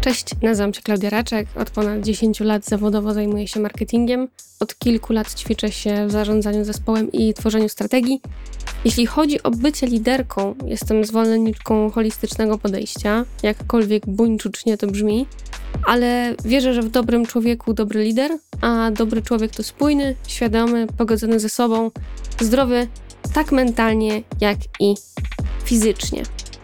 Cześć, nazywam się Klaudia Raczek. Od ponad 10 lat zawodowo zajmuję się marketingiem. Od kilku lat ćwiczę się w zarządzaniu zespołem i tworzeniu strategii. Jeśli chodzi o bycie liderką, jestem zwolenniczką holistycznego podejścia, jakkolwiek buńczucznie to brzmi, ale wierzę, że w dobrym człowieku dobry lider, a dobry człowiek to spójny, świadomy, pogodzony ze sobą, zdrowy tak mentalnie, jak i fizycznie.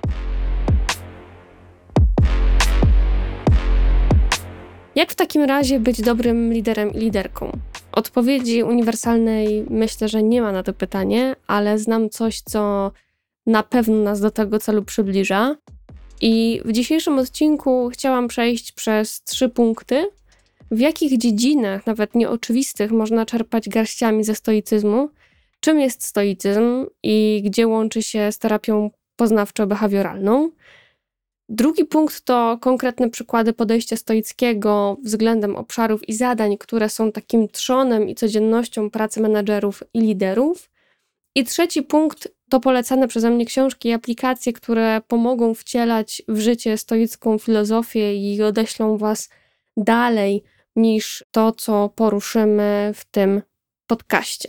Jak w takim razie być dobrym liderem i liderką? Odpowiedzi uniwersalnej myślę, że nie ma na to pytanie, ale znam coś, co na pewno nas do tego celu przybliża. I w dzisiejszym odcinku chciałam przejść przez 3 punkty, w jakich dziedzinach, nawet nieoczywistych, można czerpać garściami ze stoicyzmu, czym jest stoicyzm i gdzie łączy się z terapią poznawczo-behawioralną. Drugi punkt to konkretne przykłady podejścia stoickiego względem obszarów i zadań, które są takim trzonem i codziennością pracy menadżerów i liderów. I trzeci punkt to polecane przeze mnie książki i aplikacje, które pomogą wcielać w życie stoicką filozofię i odeślą Was dalej niż to, co poruszymy w tym podcaście.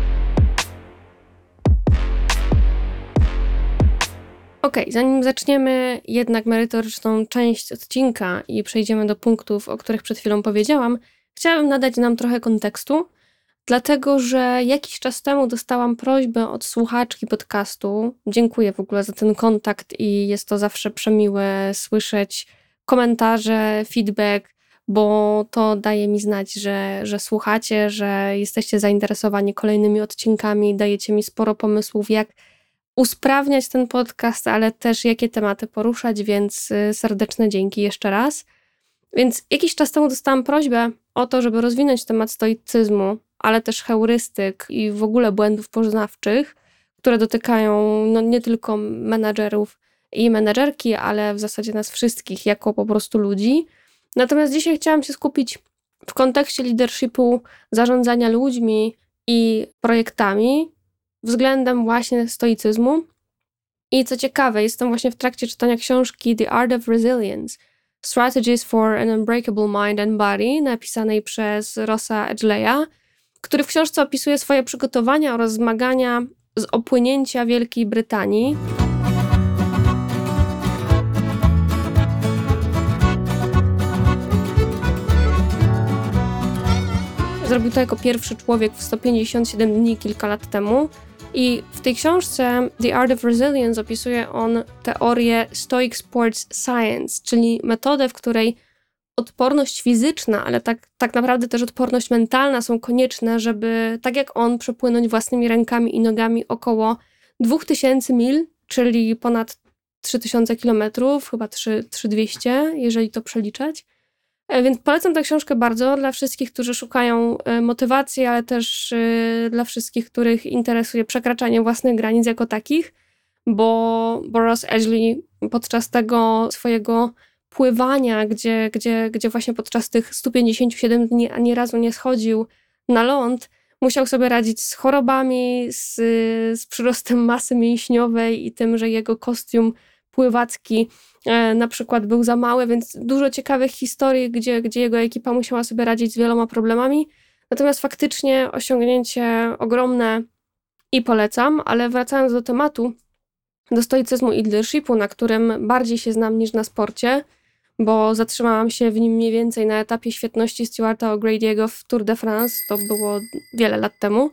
Zanim zaczniemy jednak merytoryczną część odcinka i przejdziemy do punktów, o których przed chwilą powiedziałam, chciałabym nadać nam trochę kontekstu, dlatego że jakiś czas temu dostałam prośbę od słuchaczki podcastu. Dziękuję w ogóle za ten kontakt i jest to zawsze przemiłe słyszeć komentarze, feedback, bo to daje mi znać, że słuchacie, że jesteście zainteresowani kolejnymi odcinkami, dajecie mi sporo pomysłów, jak usprawniać ten podcast, ale też jakie tematy poruszać, więc serdeczne dzięki jeszcze raz. Więc jakiś czas temu dostałam prośbę o to, żeby rozwinąć temat stoicyzmu, ale też heurystyk i w ogóle błędów poznawczych, które dotykają nie tylko menadżerów i menadżerki, ale w zasadzie nas wszystkich jako po prostu ludzi. Natomiast dzisiaj chciałam się skupić w kontekście leadershipu, zarządzania ludźmi i projektami względem właśnie stoicyzmu. I co ciekawe, jestem właśnie w trakcie czytania książki The Art of Resilience – Strategies for an Unbreakable Mind and Body, napisanej przez Rossa Edgleya, który w książce opisuje swoje przygotowania oraz zmagania z opłynięcia Wielkiej Brytanii. Zrobił to jako pierwszy człowiek w 157 dni kilka lat temu. I w tej książce The Art of Resilience opisuje on teorię Stoic Sports Science, czyli metodę, w której odporność fizyczna, ale tak naprawdę też odporność mentalna są konieczne, żeby tak jak on przepłynąć własnymi rękami i nogami około 2000 mil, czyli ponad 3000 kilometrów, chyba 3200, jeżeli to przeliczać. Więc polecam tę książkę bardzo dla wszystkich, którzy szukają motywacji, ale też dla wszystkich, których interesuje przekraczanie własnych granic jako takich, bo Ross Edgley podczas tego swojego pływania, gdzie właśnie podczas tych 157 dni ani razu nie schodził na ląd, musiał sobie radzić z chorobami, z przyrostem masy mięśniowej i tym, że jego kostium pływacki na przykład był za mały, więc dużo ciekawych historii, gdzie jego ekipa musiała sobie radzić z wieloma problemami. Natomiast faktycznie osiągnięcie ogromne i polecam, ale wracając do tematu, do stoicyzmu i leadershipu, na którym bardziej się znam niż na sporcie, bo zatrzymałam się w nim mniej więcej na etapie świetności Stewarta O'Grady'ego w Tour de France, to było wiele lat temu.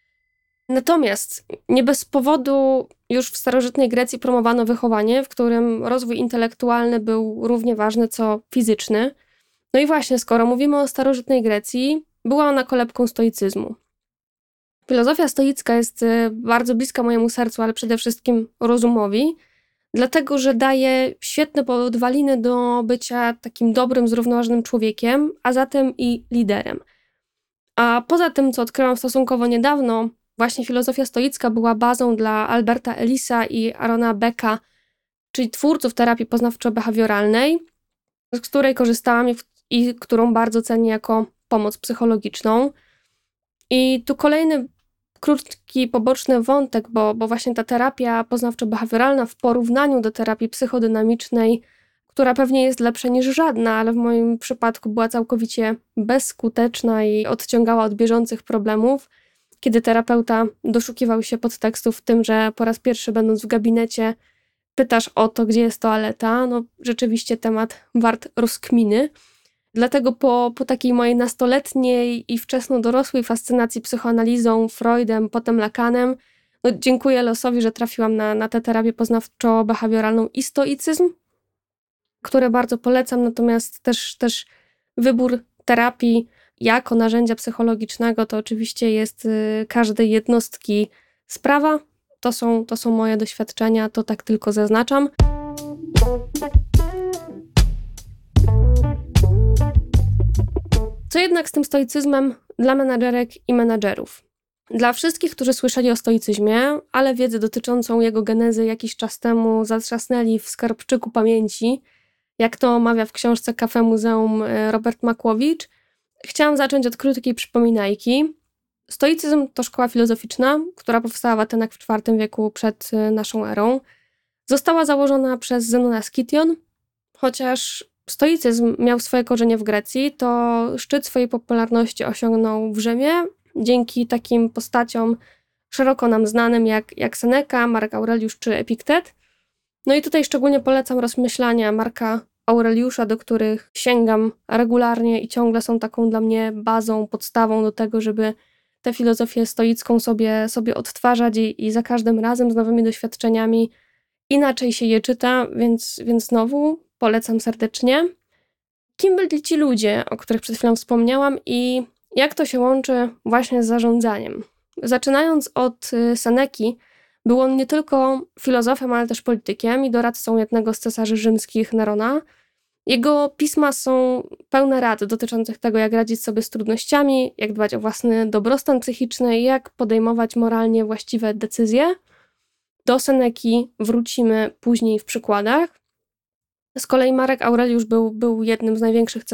Natomiast nie bez powodu już w starożytnej Grecji promowano wychowanie, w którym rozwój intelektualny był równie ważny co fizyczny. No i właśnie, skoro mówimy o starożytnej Grecji, była ona kolebką stoicyzmu. Filozofia stoicka jest bardzo bliska mojemu sercu, ale przede wszystkim rozumowi, dlatego że daje świetne podwaliny do bycia takim dobrym, zrównoważonym człowiekiem, a zatem i liderem. A poza tym, co odkryłam stosunkowo niedawno, właśnie filozofia stoicka była bazą dla Alberta Ellisa i Aarona Becka, czyli twórców terapii poznawczo-behawioralnej, z której korzystałam i którą bardzo cenię jako pomoc psychologiczną. I tu kolejny krótki, poboczny wątek, bo właśnie ta terapia poznawczo-behawioralna w porównaniu do terapii psychodynamicznej, która pewnie jest lepsza niż żadna, ale w moim przypadku była całkowicie bezskuteczna i odciągała od bieżących problemów, kiedy terapeuta doszukiwał się podtekstów w tym, że po raz pierwszy będąc w gabinecie pytasz o to, gdzie jest toaleta. No rzeczywiście temat wart rozkminy. Dlatego po takiej mojej nastoletniej i wczesno dorosłej fascynacji psychoanalizą, Freudem, potem Lacanem, no dziękuję losowi, że trafiłam na tę terapię poznawczo-behawioralną i stoicyzm, które bardzo polecam, natomiast też wybór terapii jako narzędzia psychologicznego to oczywiście jest każdej jednostki sprawa. To są moje doświadczenia, to tak tylko zaznaczam. Co jednak z tym stoicyzmem dla menadżerek i menadżerów? Dla wszystkich, którzy słyszeli o stoicyzmie, ale wiedzę dotyczącą jego genezy jakiś czas temu zatrzasnęli w skarbczyku pamięci, jak to omawia w książce Cafe Muzeum Robert Makłowicz, chciałam zacząć od krótkiej przypominajki. Stoicyzm to szkoła filozoficzna, która powstała w Atenach w IV wieku przed naszą erą. Została założona przez Zenona z Kition, chociaż stoicyzm miał swoje korzenie w Grecji, to szczyt swojej popularności osiągnął w Rzymie dzięki takim postaciom szeroko nam znanym jak Seneca, Mark Aureliusz czy Epiktet. No i tutaj szczególnie polecam rozmyślania Marka Aureliusza, do których sięgam regularnie i ciągle są taką dla mnie bazą, podstawą do tego, żeby tę filozofię stoicką sobie odtwarzać i za każdym razem z nowymi doświadczeniami inaczej się je czyta, więc znowu polecam serdecznie. Kim byli ci ludzie, o których przed chwilą wspomniałam i jak to się łączy właśnie z zarządzaniem? Zaczynając od Seneki, był on nie tylko filozofem, ale też politykiem i doradcą jednego z cesarzy rzymskich, Nerona. Jego pisma są pełne rad dotyczących tego, jak radzić sobie z trudnościami, jak dbać o własny dobrostan psychiczny i jak podejmować moralnie właściwe decyzje. Do Seneki wrócimy później w przykładach. Z kolei Marek Aureliusz był jednym z największych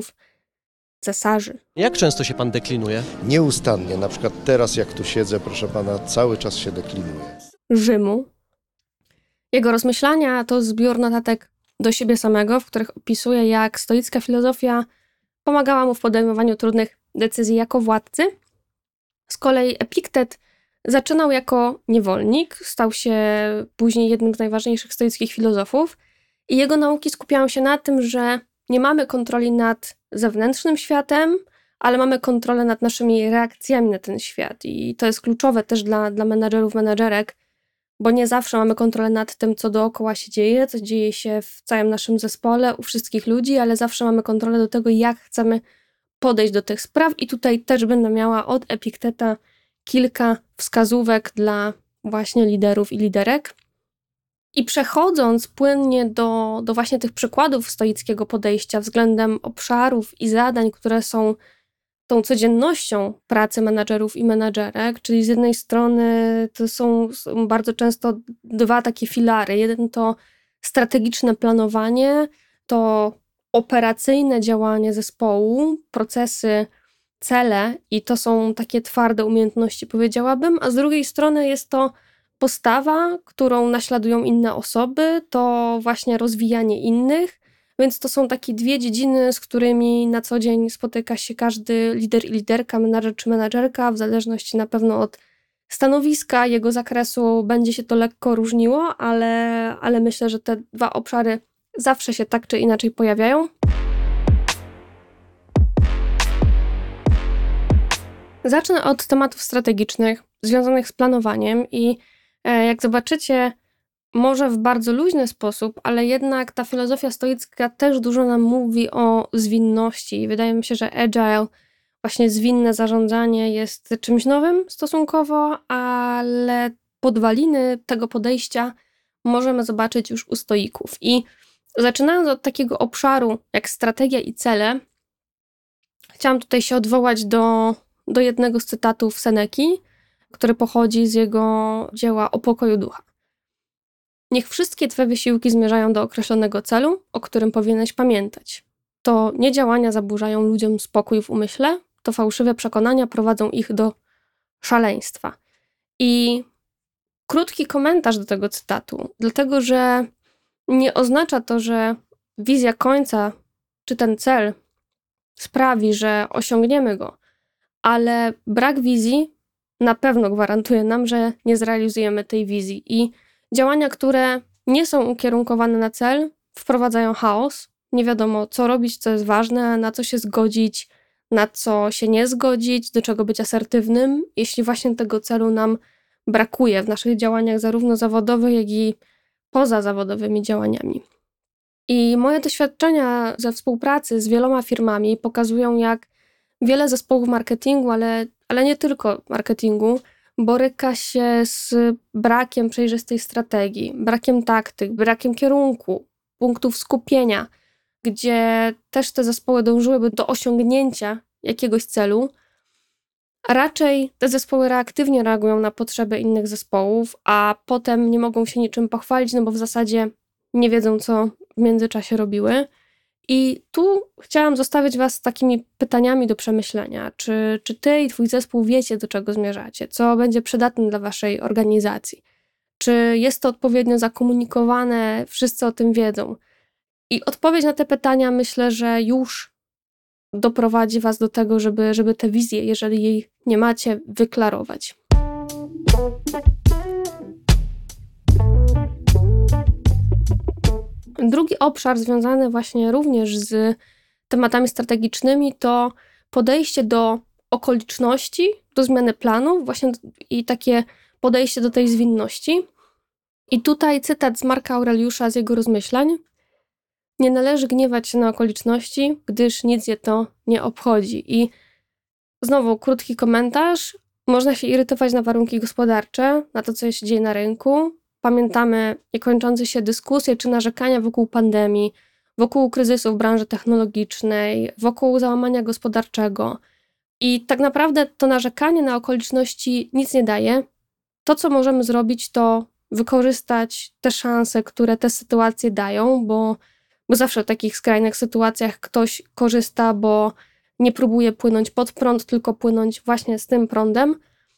cesarzy. Jak często się pan deklinuje? Nieustannie, na przykład teraz jak tu siedzę, proszę pana, cały czas się deklinuję. Rzymu. Jego rozmyślania to zbiór notatek do siebie samego, w których opisuje, jak stoicka filozofia pomagała mu w podejmowaniu trudnych decyzji jako władcy. Z kolei Epiktet zaczynał jako niewolnik, stał się później jednym z najważniejszych stoickich filozofów i jego nauki skupiają się na tym, że nie mamy kontroli nad zewnętrznym światem, ale mamy kontrolę nad naszymi reakcjami na ten świat i to jest kluczowe też dla menadżerów, menadżerek, bo nie zawsze mamy kontrolę nad tym, co dookoła się dzieje, co dzieje się w całym naszym zespole, u wszystkich ludzi, ale zawsze mamy kontrolę do tego, jak chcemy podejść do tych spraw i tutaj też będę miała od Epikteta kilka wskazówek dla właśnie liderów i liderek. I przechodząc płynnie do właśnie tych przykładów stoickiego podejścia względem obszarów i zadań, które są tą codziennością pracy menadżerów i menadżerek, czyli z jednej strony to są bardzo często dwa takie filary. Jeden to strategiczne planowanie, to operacyjne działanie zespołu, procesy, cele i to są takie twarde umiejętności, powiedziałabym, a z drugiej strony jest to postawa, którą naśladują inne osoby, to właśnie rozwijanie innych, więc to są takie dwie dziedziny, z którymi na co dzień spotyka się każdy lider i liderka, menadżer czy menadżerka, w zależności na pewno od stanowiska, jego zakresu będzie się to lekko różniło, ale myślę, że te dwa obszary zawsze się tak czy inaczej pojawiają. Zacznę od tematów strategicznych związanych z planowaniem i jak zobaczycie, może w bardzo luźny sposób, ale jednak ta filozofia stoicka też dużo nam mówi o zwinności. Wydaje mi się, że agile, właśnie zwinne zarządzanie jest czymś nowym stosunkowo, ale podwaliny tego podejścia możemy zobaczyć już u stoików. I zaczynając od takiego obszaru jak strategia i cele, chciałam tutaj się odwołać do jednego z cytatów Seneki, który pochodzi z jego dzieła O pokoju ducha. Niech wszystkie twe wysiłki zmierzają do określonego celu, o którym powinieneś pamiętać. To nie działania zaburzają ludziom spokój w umyśle, to fałszywe przekonania prowadzą ich do szaleństwa. I krótki komentarz do tego cytatu, dlatego że nie oznacza to, że wizja końca, czy ten cel sprawi, że osiągniemy go, ale brak wizji na pewno gwarantuje nam, że nie zrealizujemy tej wizji. I działania, które nie są ukierunkowane na cel, wprowadzają chaos. Nie wiadomo, co robić, co jest ważne, na co się zgodzić, na co się nie zgodzić, do czego być asertywnym, jeśli właśnie tego celu nam brakuje w naszych działaniach zarówno zawodowych, jak i pozazawodowymi działaniami. I moje doświadczenia ze współpracy z wieloma firmami pokazują, jak wiele zespołów marketingu, ale nie tylko marketingu, boryka się z brakiem przejrzystej strategii, brakiem taktyk, brakiem kierunku, punktów skupienia, gdzie też te zespoły dążyłyby do osiągnięcia jakiegoś celu. Raczej te zespoły reaktywnie reagują na potrzeby innych zespołów, a potem nie mogą się niczym pochwalić, no bo w zasadzie nie wiedzą, co w międzyczasie robiły. I tu chciałam zostawić was z takimi pytaniami do przemyślenia. Czy ty i twój zespół wiecie, do czego zmierzacie? Co będzie przydatne dla waszej organizacji? Czy jest to odpowiednio zakomunikowane? Wszyscy o tym wiedzą? I odpowiedź na te pytania myślę, że już doprowadzi was do tego, żeby tę wizję, jeżeli jej nie macie, wyklarować. Drugi obszar związany właśnie również z tematami strategicznymi to podejście do okoliczności, do zmiany planów właśnie i takie podejście do tej zwinności. I tutaj cytat z Marka Aureliusza z jego rozmyślań. Nie należy gniewać się na okoliczności, gdyż nic je to nie obchodzi. I znowu krótki komentarz. Można się irytować na warunki gospodarcze, na to, co się dzieje na rynku. Pamiętamy niekończące się dyskusje czy narzekania wokół pandemii, wokół kryzysu w branży technologicznej, wokół załamania gospodarczego. I tak naprawdę to narzekanie na okoliczności nic nie daje. To, co możemy zrobić, to wykorzystać te szanse, które te sytuacje dają, bo zawsze w takich skrajnych sytuacjach ktoś korzysta, bo nie próbuje płynąć pod prąd, tylko płynąć właśnie z tym prądem.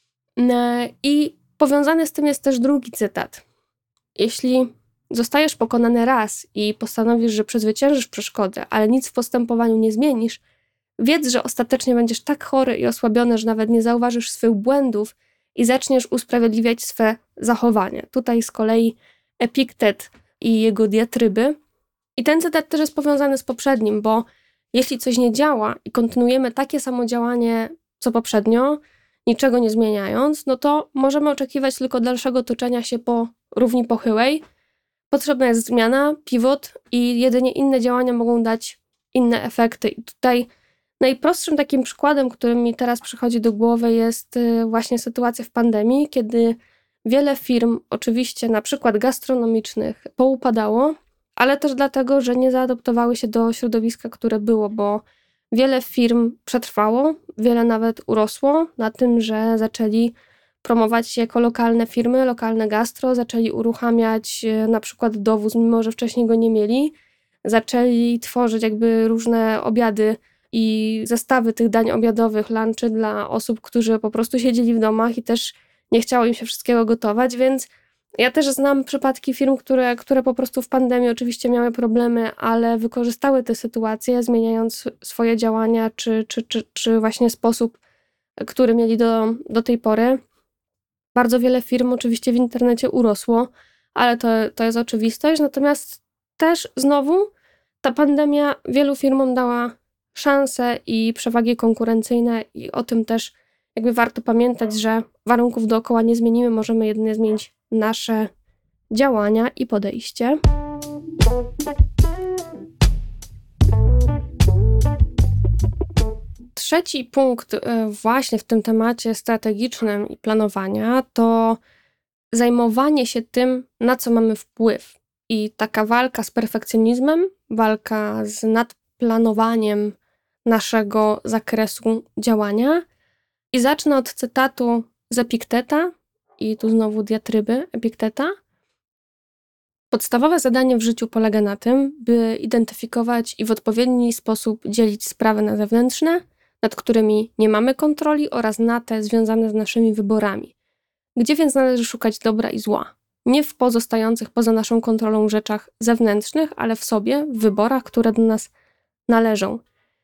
I powiązany z tym jest też drugi cytat. Jeśli zostajesz pokonany raz i postanowisz, że przezwyciężysz przeszkodę, ale nic w postępowaniu nie zmienisz, wiedz, że ostatecznie będziesz tak chory i osłabiony, że nawet nie zauważysz swych błędów i zaczniesz usprawiedliwiać swe zachowanie. Tutaj z kolei Epiktet i jego diatryby. I ten cytat też jest powiązany z poprzednim, bo jeśli coś nie działa i kontynuujemy takie samo działanie co poprzednio, niczego nie zmieniając, no to możemy oczekiwać tylko dalszego toczenia się po równi pochyłej. Potrzebna jest zmiana, pivot i jedynie inne działania mogą dać inne efekty. I tutaj najprostszym takim przykładem, który mi teraz przychodzi do głowy, jest właśnie sytuacja w pandemii, kiedy wiele firm, oczywiście na przykład gastronomicznych, poupadało, ale też dlatego, że nie zaadoptowały się do środowiska, które było, bo wiele firm przetrwało, wiele nawet urosło na tym, że zaczęli promować się jako lokalne firmy, lokalne gastro, zaczęli uruchamiać na przykład dowóz, mimo że wcześniej go nie mieli, zaczęli tworzyć jakby różne obiady i zestawy tych dań obiadowych, lunchy dla osób, którzy po prostu siedzieli w domach i też nie chciało im się wszystkiego gotować, więc ja też znam przypadki firm, które po prostu w pandemii oczywiście miały problemy, ale wykorzystały tę sytuację, zmieniając swoje działania, czy właśnie sposób, który mieli do tej pory. Bardzo wiele firm oczywiście w internecie urosło, ale to jest oczywistość. Natomiast też znowu ta pandemia wielu firmom dała szanse i przewagi konkurencyjne i o tym też jakby warto pamiętać, że warunków dookoła nie zmienimy, możemy jedynie zmienić nasze działania i podejście. Trzeci punkt właśnie w tym temacie strategicznym i planowania to zajmowanie się tym, na co mamy wpływ. I taka walka z perfekcjonizmem, walka z nadplanowaniem naszego zakresu działania. I zacznę od cytatu z Epikteta, i tu znowu diatryby Epikteta. Podstawowe zadanie w życiu polega na tym, by identyfikować i w odpowiedni sposób dzielić sprawy na zewnętrzne, nad którymi nie mamy kontroli, oraz na te związane z naszymi wyborami. Gdzie więc należy szukać dobra i zła? nie w pozostających poza naszą kontrolą rzeczach zewnętrznych, ale w sobie, w wyborach, które do nas należą.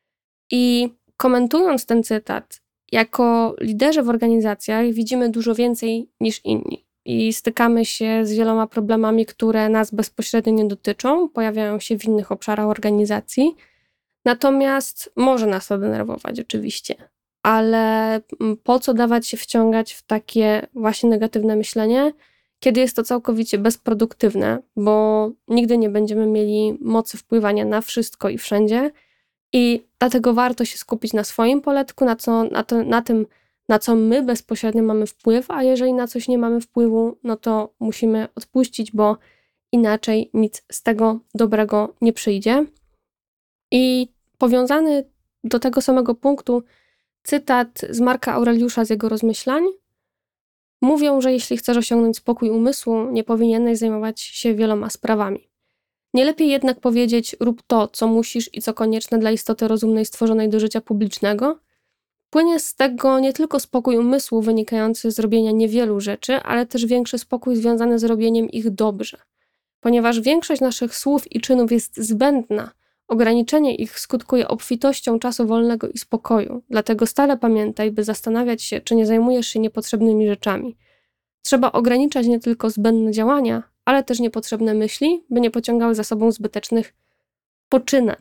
I komentując ten cytat, jako liderzy w organizacjach widzimy dużo więcej niż inni i stykamy się z wieloma problemami, które nas bezpośrednio nie dotyczą, pojawiają się w innych obszarach organizacji. Natomiast może nas to denerwować oczywiście, ale po co dawać się wciągać w takie właśnie negatywne myślenie, kiedy jest to całkowicie bezproduktywne, bo nigdy nie będziemy mieli mocy wpływania na wszystko i wszędzie i dlatego warto się skupić na swoim poletku, na tym, na co my bezpośrednio mamy wpływ, a jeżeli na coś nie mamy wpływu, no to musimy odpuścić, bo inaczej nic z tego dobrego nie przyjdzie. I powiązany do tego samego punktu cytat z Marka Aureliusza z jego rozmyślań. Mówią, że jeśli chcesz osiągnąć spokój umysłu, nie powinieneś zajmować się wieloma sprawami. Nie lepiej jednak powiedzieć, rób to, co musisz i co konieczne dla istoty rozumnej stworzonej do życia publicznego? Płynie z tego nie tylko spokój umysłu wynikający z robienia niewielu rzeczy, ale też większy spokój związany z robieniem ich dobrze. Ponieważ większość naszych słów i czynów jest zbędna, ograniczenie ich skutkuje obfitością czasu wolnego i spokoju. Dlatego stale pamiętaj, by zastanawiać się, czy nie zajmujesz się niepotrzebnymi rzeczami. Trzeba ograniczać nie tylko zbędne działania, ale też niepotrzebne myśli, by nie pociągały za sobą zbytecznych poczynań.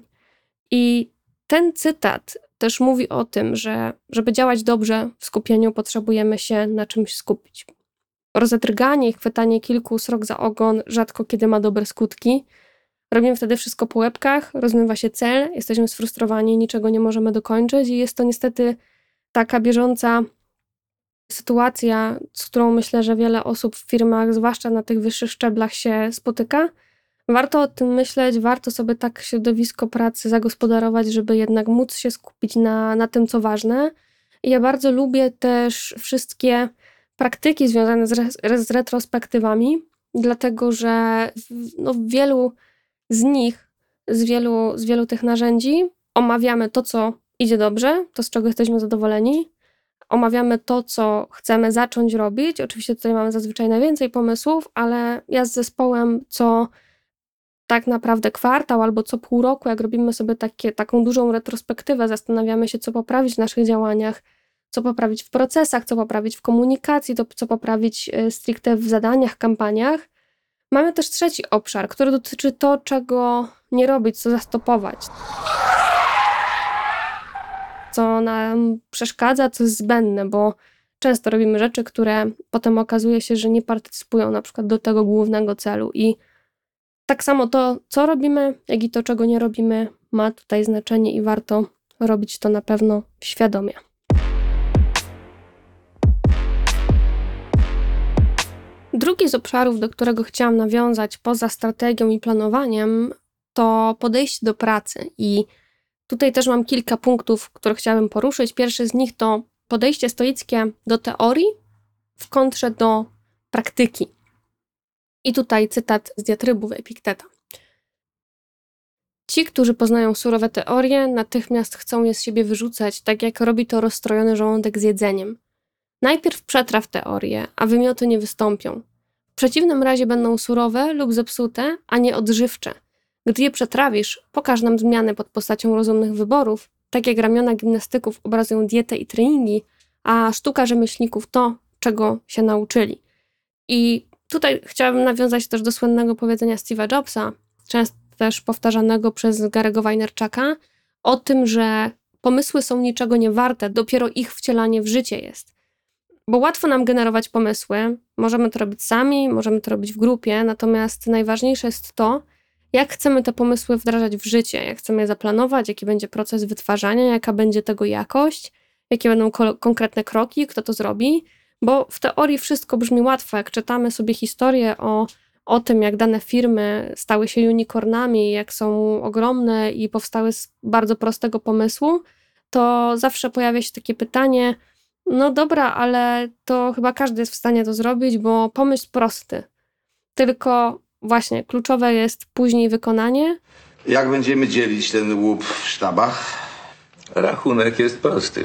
I ten cytat też mówi o tym, że żeby działać dobrze w skupieniu, potrzebujemy się na czymś skupić. Rozedrganie i chwytanie kilku srok za ogon rzadko kiedy ma dobre skutki. Robimy wtedy wszystko po łebkach, rozmywa się cel, jesteśmy sfrustrowani, niczego nie możemy dokończyć i jest to niestety taka bieżąca sytuacja, z którą myślę, że wiele osób w firmach, zwłaszcza na tych wyższych szczeblach, się spotyka. Warto o tym myśleć, warto sobie tak środowisko pracy zagospodarować, żeby jednak móc się skupić na tym, co ważne. I ja bardzo lubię też wszystkie praktyki związane z retrospektywami, dlatego że w wielu z nich, z wielu tych narzędzi omawiamy to, co idzie dobrze, to, z czego jesteśmy zadowoleni, omawiamy to, co chcemy zacząć robić. Oczywiście tutaj mamy zazwyczaj najwięcej pomysłów, ale ja z zespołem co tak naprawdę kwartał albo co pół roku, jak robimy sobie taką dużą retrospektywę, zastanawiamy się, co poprawić w naszych działaniach, co poprawić w procesach, co poprawić w komunikacji, co poprawić stricte w zadaniach, kampaniach. Mamy też trzeci obszar, który dotyczy to, czego nie robić, co zastopować, co nam przeszkadza, co jest zbędne, bo często robimy rzeczy, które potem okazuje się, że nie partycypują na przykład do tego głównego celu i tak samo to, co robimy, jak i to, czego nie robimy, ma tutaj znaczenie i warto robić to na pewno świadomie. Drugi z obszarów, do którego chciałam nawiązać poza strategią i planowaniem, to podejście do pracy i tutaj też mam kilka punktów, które chciałabym poruszyć. Pierwszy z nich to podejście stoickie do teorii w kontrze do praktyki. I tutaj cytat z diatrybów Epikteta. Ci, którzy poznają surowe teorie, natychmiast chcą je z siebie wyrzucać, tak jak robi to rozstrojony żołądek z jedzeniem. Najpierw przetraw teorię, a wymioty nie wystąpią. W przeciwnym razie będą surowe lub zepsute, a nie odżywcze. Gdy je przetrawisz, pokaż nam zmiany pod postacią rozumnych wyborów, tak jak ramiona gimnastyków obrazują dietę i treningi, a sztuka rzemieślników to, czego się nauczyli. I tutaj chciałabym nawiązać też do słynnego powiedzenia Steve'a Jobsa, często też powtarzanego przez Gary'ego Vaynerchuka, o tym, że pomysły są niczego nie warte, dopiero ich wcielanie w życie jest. Bo łatwo nam generować pomysły, możemy to robić sami, możemy to robić w grupie, natomiast najważniejsze jest to, jak chcemy te pomysły wdrażać w życie, jak chcemy je zaplanować, jaki będzie proces wytwarzania, jaka będzie tego jakość, jakie będą konkretne kroki, kto to zrobi, bo w teorii wszystko brzmi łatwo, jak czytamy sobie historię o tym, jak dane firmy stały się unicornami, jak są ogromne i powstały z bardzo prostego pomysłu, to zawsze pojawia się takie pytanie, no dobra, ale to chyba każdy jest w stanie to zrobić, bo pomysł prosty. Tylko właśnie kluczowe jest później wykonanie. Jak będziemy dzielić ten łup w sztabach? Rachunek jest prosty.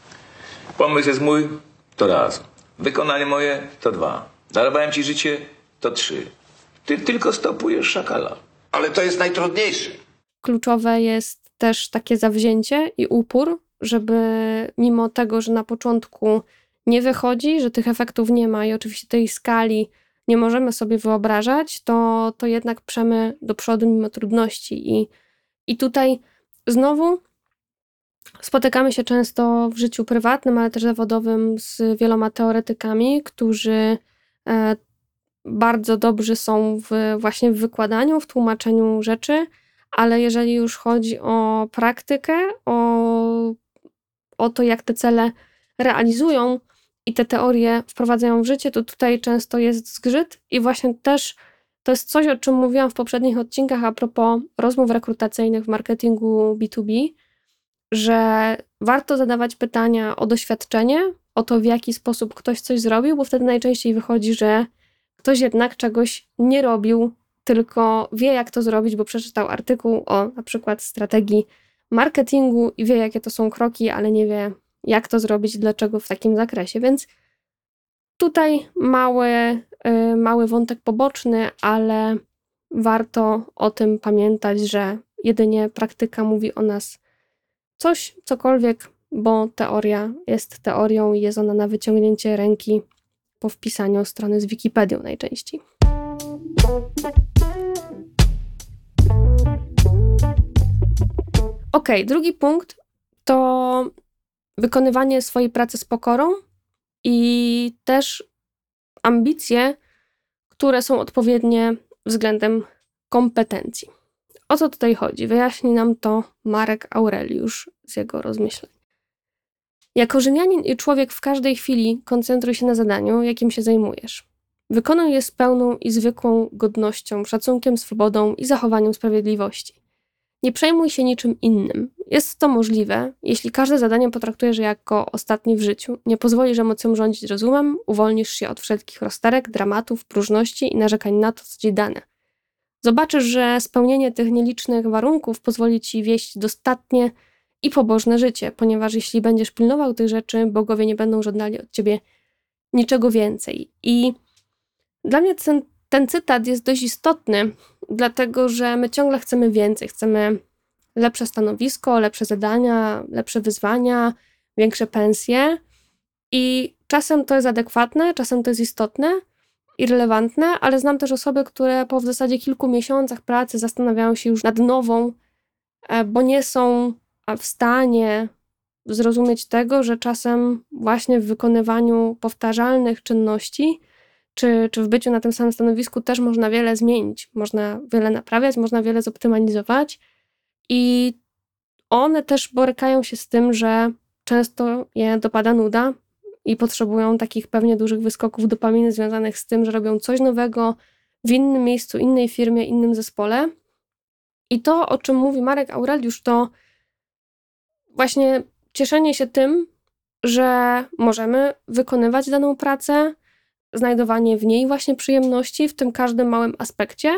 Pomysł jest mój, to raz. Wykonanie moje, to dwa. Darowałem ci życie, To 3. Ty tylko stopujesz szakala. Ale to jest najtrudniejszy. Kluczowe jest też takie zawzięcie i upór, żeby mimo tego, że na początku nie wychodzi, że tych efektów nie ma i oczywiście tej skali nie możemy sobie wyobrażać, to jednak przemy do przodu mimo trudności. I tutaj znowu spotykamy się często w życiu prywatnym, ale też zawodowym z wieloma teoretykami, którzy bardzo dobrzy są właśnie w wykładaniu, w tłumaczeniu rzeczy, ale jeżeli już chodzi o praktykę, o to, jak te cele realizują i te teorie wprowadzają w życie, to tutaj często jest zgrzyt i właśnie też to jest coś, o czym mówiłam w poprzednich odcinkach a propos rozmów rekrutacyjnych w marketingu B2B, że warto zadawać pytania o doświadczenie, o to, w jaki sposób ktoś coś zrobił, bo wtedy najczęściej wychodzi, że ktoś jednak czegoś nie robił, tylko wie, jak to zrobić, bo przeczytał artykuł o na przykład strategii marketingu i wie, jakie to są kroki, ale nie wie, jak to zrobić, dlaczego w takim zakresie. Więc tutaj mały wątek poboczny, ale warto o tym pamiętać, że jedynie praktyka mówi o nas cokolwiek, bo teoria jest teorią i jest ona na wyciągnięcie ręki po wpisaniu strony z Wikipedią najczęściej. Drugi punkt to wykonywanie swojej pracy z pokorą i też ambicje, które są odpowiednie względem kompetencji. O co tutaj chodzi? Wyjaśni nam to Marek Aureliusz z jego rozmyśleń. Jako Rzymianin i człowiek w każdej chwili koncentruj się na zadaniu, jakim się zajmujesz. Wykonuj je z pełną i zwykłą godnością, szacunkiem, swobodą i zachowaniem sprawiedliwości. Nie przejmuj się niczym innym. Jest to możliwe, jeśli każde zadanie potraktujesz jako ostatnie w życiu, nie pozwolisz emocjom rządzić rozumem, uwolnisz się od wszelkich rozterek, dramatów, próżności i narzekań na to, co ci dane. Zobaczysz, że spełnienie tych nielicznych warunków pozwoli ci wieść dostatnie i pobożne życie, ponieważ jeśli będziesz pilnował tych rzeczy, bogowie nie będą żądali od ciebie niczego więcej. I dla mnie ten cytat jest dość istotny, dlatego że my ciągle chcemy więcej. Chcemy lepsze stanowisko, lepsze zadania, lepsze wyzwania, większe pensje i czasem to jest adekwatne, czasem to jest istotne i relevantne, ale znam też osoby, które po w zasadzie kilku miesiącach pracy zastanawiają się już nad nową, bo nie są w stanie zrozumieć tego, że czasem właśnie w wykonywaniu powtarzalnych czynności czy w byciu na tym samym stanowisku też można wiele zmienić, można wiele naprawiać, można wiele zoptymalizować i one też borykają się z tym, że często je dopada nuda i potrzebują takich pewnie dużych wyskoków dopaminy związanych z tym, że robią coś nowego w innym miejscu, innej firmie, innym zespole. I to, o czym mówi Marek Aureliusz, to właśnie cieszenie się tym, że możemy wykonywać daną pracę, znajdowanie w niej właśnie przyjemności w tym każdym małym aspekcie.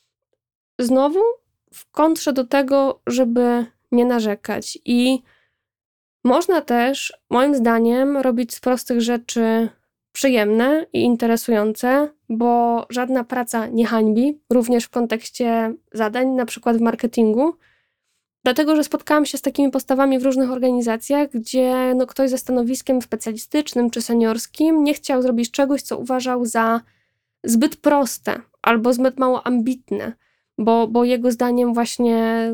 Znowu w kontrze do tego, żeby nie narzekać. I można też, moim zdaniem, robić z prostych rzeczy przyjemne i interesujące, bo żadna praca nie hańbi, również w kontekście zadań, na przykład w marketingu. Dlatego, że spotkałam się z takimi postawami w różnych organizacjach, gdzie ktoś ze stanowiskiem specjalistycznym czy seniorskim nie chciał zrobić czegoś, co uważał za zbyt proste albo zbyt mało ambitne, bo jego zdaniem właśnie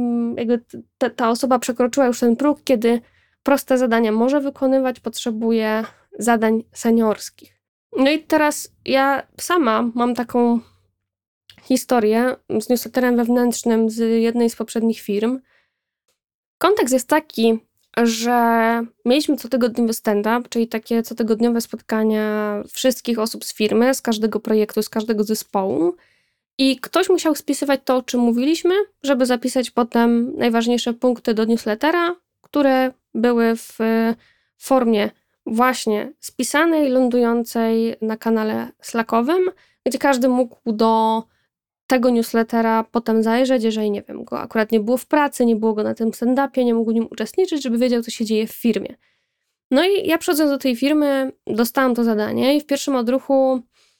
ta osoba przekroczyła już ten próg, kiedy proste zadania może wykonywać, potrzebuje zadań seniorskich. No i teraz ja sama mam taką historię z newsletterem wewnętrznym z jednej z poprzednich firm. Kontekst jest taki, że mieliśmy cotygodniowy stand-up, czyli takie cotygodniowe spotkania wszystkich osób z firmy, z każdego projektu, z każdego zespołu i ktoś musiał spisywać to, o czym mówiliśmy, żeby zapisać potem najważniejsze punkty do newslettera, które były w formie właśnie spisanej, lądującej na kanale Slackowym, gdzie każdy mógł do tego newslettera potem zajrzeć, jeżeli, nie wiem, go akurat nie było w pracy, nie było go na tym stand-upie, nie mógł w nim uczestniczyć, żeby wiedział, co się dzieje w firmie. No i ja przychodząc do tej firmy, dostałam to zadanie i w pierwszym odruchu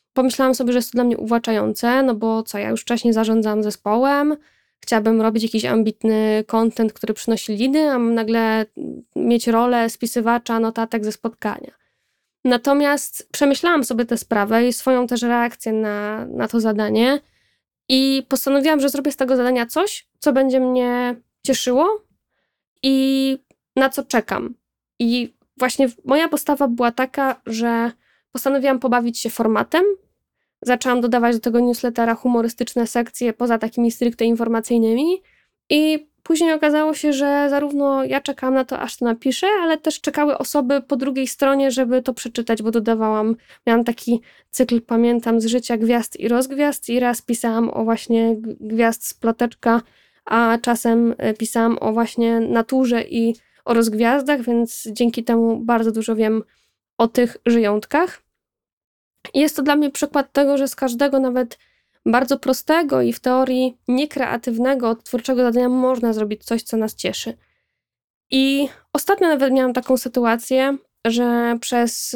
pomyślałam sobie, że jest to dla mnie uwłaczające, no bo co, ja już wcześniej zarządzałam zespołem, chciałabym robić jakiś ambitny content, który przynosi lidy, a mam nagle mieć rolę spisywacza notatek ze spotkania. Natomiast przemyślałam sobie tę sprawę i swoją też reakcję na to zadanie i postanowiłam, że zrobię z tego zadania coś, co będzie mnie cieszyło i na co czekam. I właśnie moja postawa była taka, że postanowiłam pobawić się formatem. Zaczęłam dodawać do tego newslettera humorystyczne sekcje poza takimi stricte informacyjnymi i później okazało się, że zarówno ja czekałam na to, aż to napiszę, ale też czekały osoby po drugiej stronie, żeby to przeczytać, bo miałam taki cykl, pamiętam, z życia gwiazd i rozgwiazd i raz pisałam o właśnie gwiazd z ploteczka, a czasem pisałam o właśnie naturze i o rozgwiazdach, więc dzięki temu bardzo dużo wiem o tych żyjątkach. I jest to dla mnie przykład tego, że z każdego nawet bardzo prostego i w teorii niekreatywnego, twórczego zadania można zrobić coś, co nas cieszy. I ostatnio nawet miałam taką sytuację, że przez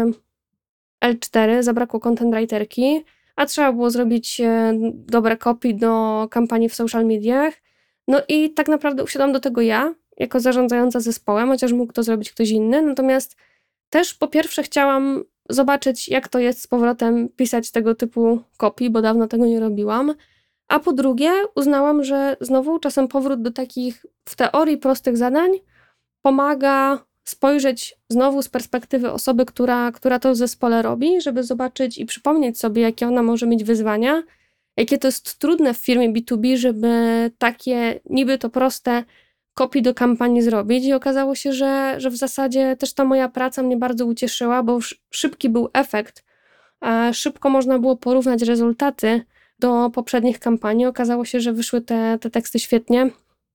L4 zabrakło content writerki, a trzeba było zrobić dobre copy do kampanii w social mediach. No i tak naprawdę usiadłam do tego ja, jako zarządzająca zespołem, chociaż mógł to zrobić ktoś inny. Natomiast też po pierwsze chciałam zobaczyć, jak to jest z powrotem pisać tego typu copy, bo dawno tego nie robiłam. A po drugie uznałam, że znowu czasem powrót do takich w teorii prostych zadań pomaga spojrzeć znowu z perspektywy osoby, która to w zespole robi, żeby zobaczyć i przypomnieć sobie, jakie ona może mieć wyzwania, jakie to jest trudne w firmie B2B, żeby takie niby to proste copy do kampanii zrobić i okazało się, że w zasadzie też ta moja praca mnie bardzo ucieszyła, bo szybki był efekt, a szybko można było porównać rezultaty do poprzednich kampanii. Okazało się, że wyszły te teksty świetnie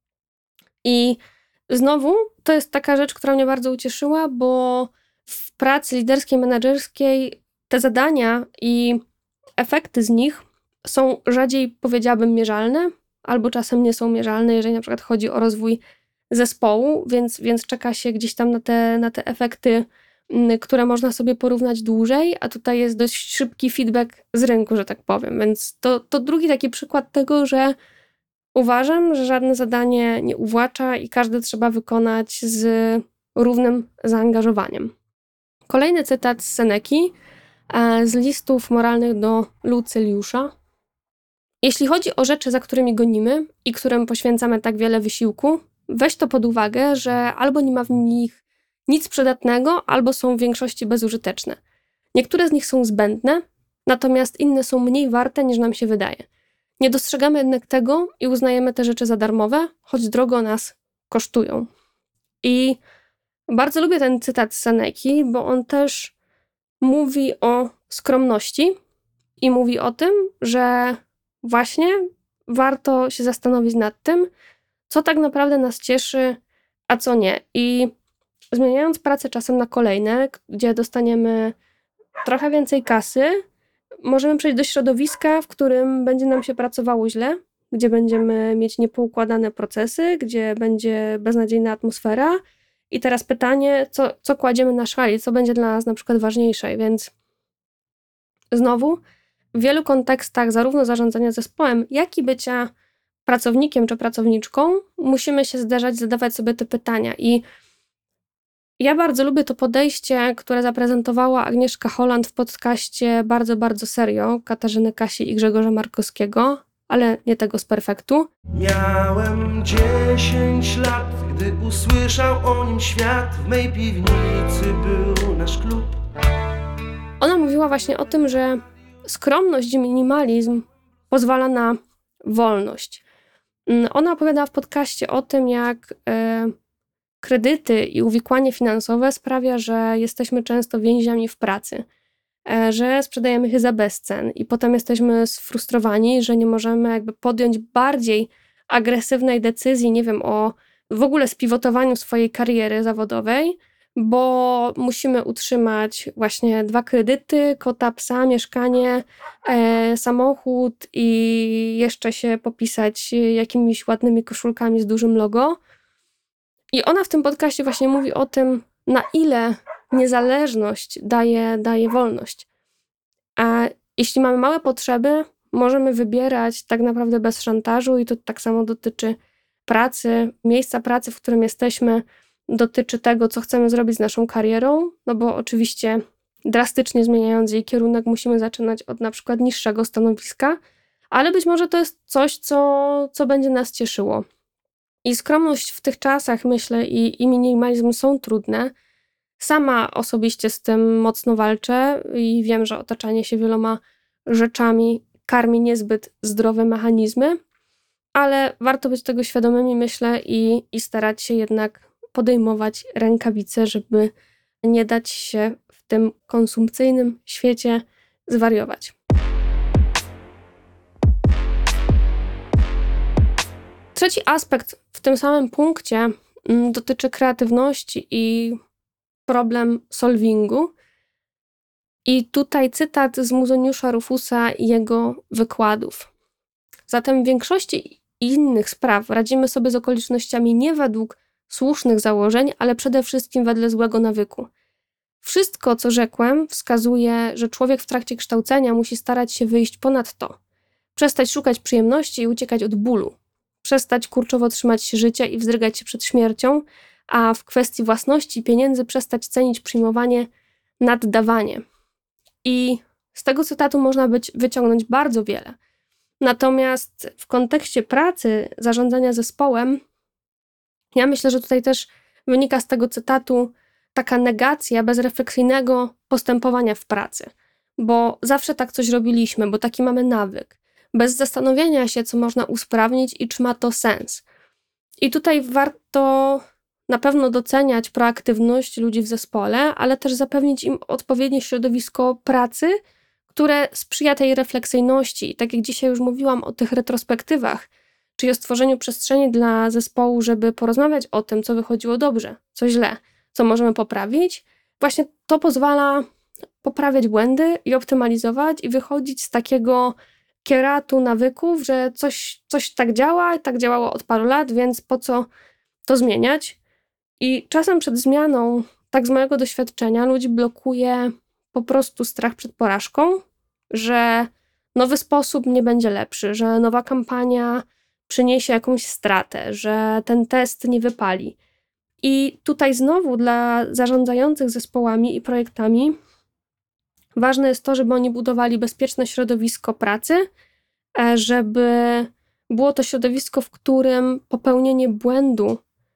i znowu to jest taka rzecz, która mnie bardzo ucieszyła, bo w pracy liderskiej, menedżerskiej te zadania i efekty z nich są rzadziej, powiedziałabym, mierzalne, albo czasem nie są mierzalne, jeżeli na przykład chodzi o rozwój zespołu, więc czeka się gdzieś tam na te efekty, które można sobie porównać dłużej, a tutaj jest dość szybki feedback z rynku, że tak powiem. Więc to drugi taki przykład tego, że uważam, że żadne zadanie nie uwłacza i każde trzeba wykonać z równym zaangażowaniem. Kolejny cytat z Seneki, z listów moralnych do Lucyliusza. Jeśli chodzi o rzeczy, za którymi gonimy i którym poświęcamy tak wiele wysiłku, weź to pod uwagę, że albo nie ma w nich nic przydatnego, albo są w większości bezużyteczne. Niektóre z nich są zbędne, natomiast inne są mniej warte, niż nam się wydaje. Nie dostrzegamy jednak tego i uznajemy te rzeczy za darmowe, choć drogo nas kosztują. I bardzo lubię ten cytat z Seneki, bo on też mówi o skromności i mówi o tym, że właśnie warto się zastanowić nad tym, co tak naprawdę nas cieszy, a co nie. I zmieniając pracę czasem na kolejne, gdzie dostaniemy trochę więcej kasy, możemy przejść do środowiska, w którym będzie nam się pracowało źle, gdzie będziemy mieć niepoukładane procesy, gdzie będzie beznadziejna atmosfera. I teraz pytanie, co kładziemy na szali, co będzie dla nas na przykład ważniejsze. Więc znowu w wielu kontekstach zarówno zarządzania zespołem, jak i bycia pracownikiem czy pracowniczką musimy się zderzać, zadawać sobie te pytania. I ja bardzo lubię to podejście, które zaprezentowała Agnieszka Holland w podcaście Bardzo, bardzo serio Katarzyny Kasi i Grzegorza Markowskiego, ale nie tego z Perfektu. Miałem 10 lat, gdy usłyszał o nim świat. W mej piwnicy był nasz klub. Ona mówiła właśnie o tym, że skromność i minimalizm pozwala na wolność. Ona opowiadała w podcaście o tym, jak kredyty i uwikłanie finansowe sprawia, że jesteśmy często więźniami w pracy, że sprzedajemy ich za bezcen i potem jesteśmy sfrustrowani, że nie możemy jakby podjąć bardziej agresywnej decyzji, nie wiem, o w ogóle spivotowaniu swojej kariery zawodowej, bo musimy utrzymać właśnie 2 kredyty, kota, psa, mieszkanie, samochód i jeszcze się popisać jakimiś ładnymi koszulkami z dużym logo. I ona w tym podcaście właśnie mówi o tym, na ile niezależność daje wolność. Jeśli mamy małe potrzeby, możemy wybierać tak naprawdę bez szantażu i to tak samo dotyczy pracy, miejsca pracy, w którym jesteśmy, dotyczy tego, co chcemy zrobić z naszą karierą, no bo oczywiście drastycznie zmieniając jej kierunek musimy zaczynać od na przykład niższego stanowiska, ale być może to jest coś, co będzie nas cieszyło. I skromność w tych czasach, myślę, i minimalizm są trudne. Sama osobiście z tym mocno walczę i wiem, że otaczanie się wieloma rzeczami karmi niezbyt zdrowe mechanizmy, ale warto być tego świadomymi, myślę, i starać się jednak podejmować rękawice, żeby nie dać się w tym konsumpcyjnym świecie zwariować. Trzeci aspekt w tym samym punkcie dotyczy kreatywności i problem solvingu. I tutaj cytat z Musoniusza Rufusa i jego wykładów. Zatem w większości innych spraw radzimy sobie z okolicznościami nie według słusznych założeń, ale przede wszystkim wedle złego nawyku. Wszystko, co rzekłem, wskazuje, że człowiek w trakcie kształcenia musi starać się wyjść ponad to. Przestać szukać przyjemności i uciekać od bólu. Przestać kurczowo trzymać się życia i wzdrygać się przed śmiercią, a w kwestii własności i pieniędzy przestać cenić przyjmowanie nad dawanie. I z tego cytatu można wyciągnąć bardzo wiele. Natomiast w kontekście pracy, zarządzania zespołem, ja myślę, że tutaj też wynika z tego cytatu taka negacja bezrefleksyjnego postępowania w pracy. Bo zawsze tak coś robiliśmy, bo taki mamy nawyk. Bez zastanowienia się, co można usprawnić i czy ma to sens. I tutaj warto na pewno doceniać proaktywność ludzi w zespole, ale też zapewnić im odpowiednie środowisko pracy, które sprzyja tej refleksyjności. I tak jak dzisiaj już mówiłam o tych retrospektywach, czyli o stworzeniu przestrzeni dla zespołu, żeby porozmawiać o tym, co wychodziło dobrze, co źle, co możemy poprawić, właśnie to pozwala poprawiać błędy i optymalizować i wychodzić z takiego kieratu nawyków, że coś tak działa, tak działało od paru lat, więc po co to zmieniać? I czasem przed zmianą, tak z mojego doświadczenia, ludzi blokuje po prostu strach przed porażką, że nowy sposób nie będzie lepszy, że nowa kampania przyniesie jakąś stratę, że ten test nie wypali. I tutaj znowu dla zarządzających zespołami i projektami ważne jest to, żeby oni budowali bezpieczne środowisko pracy, żeby było to środowisko, w którym popełnienie błędu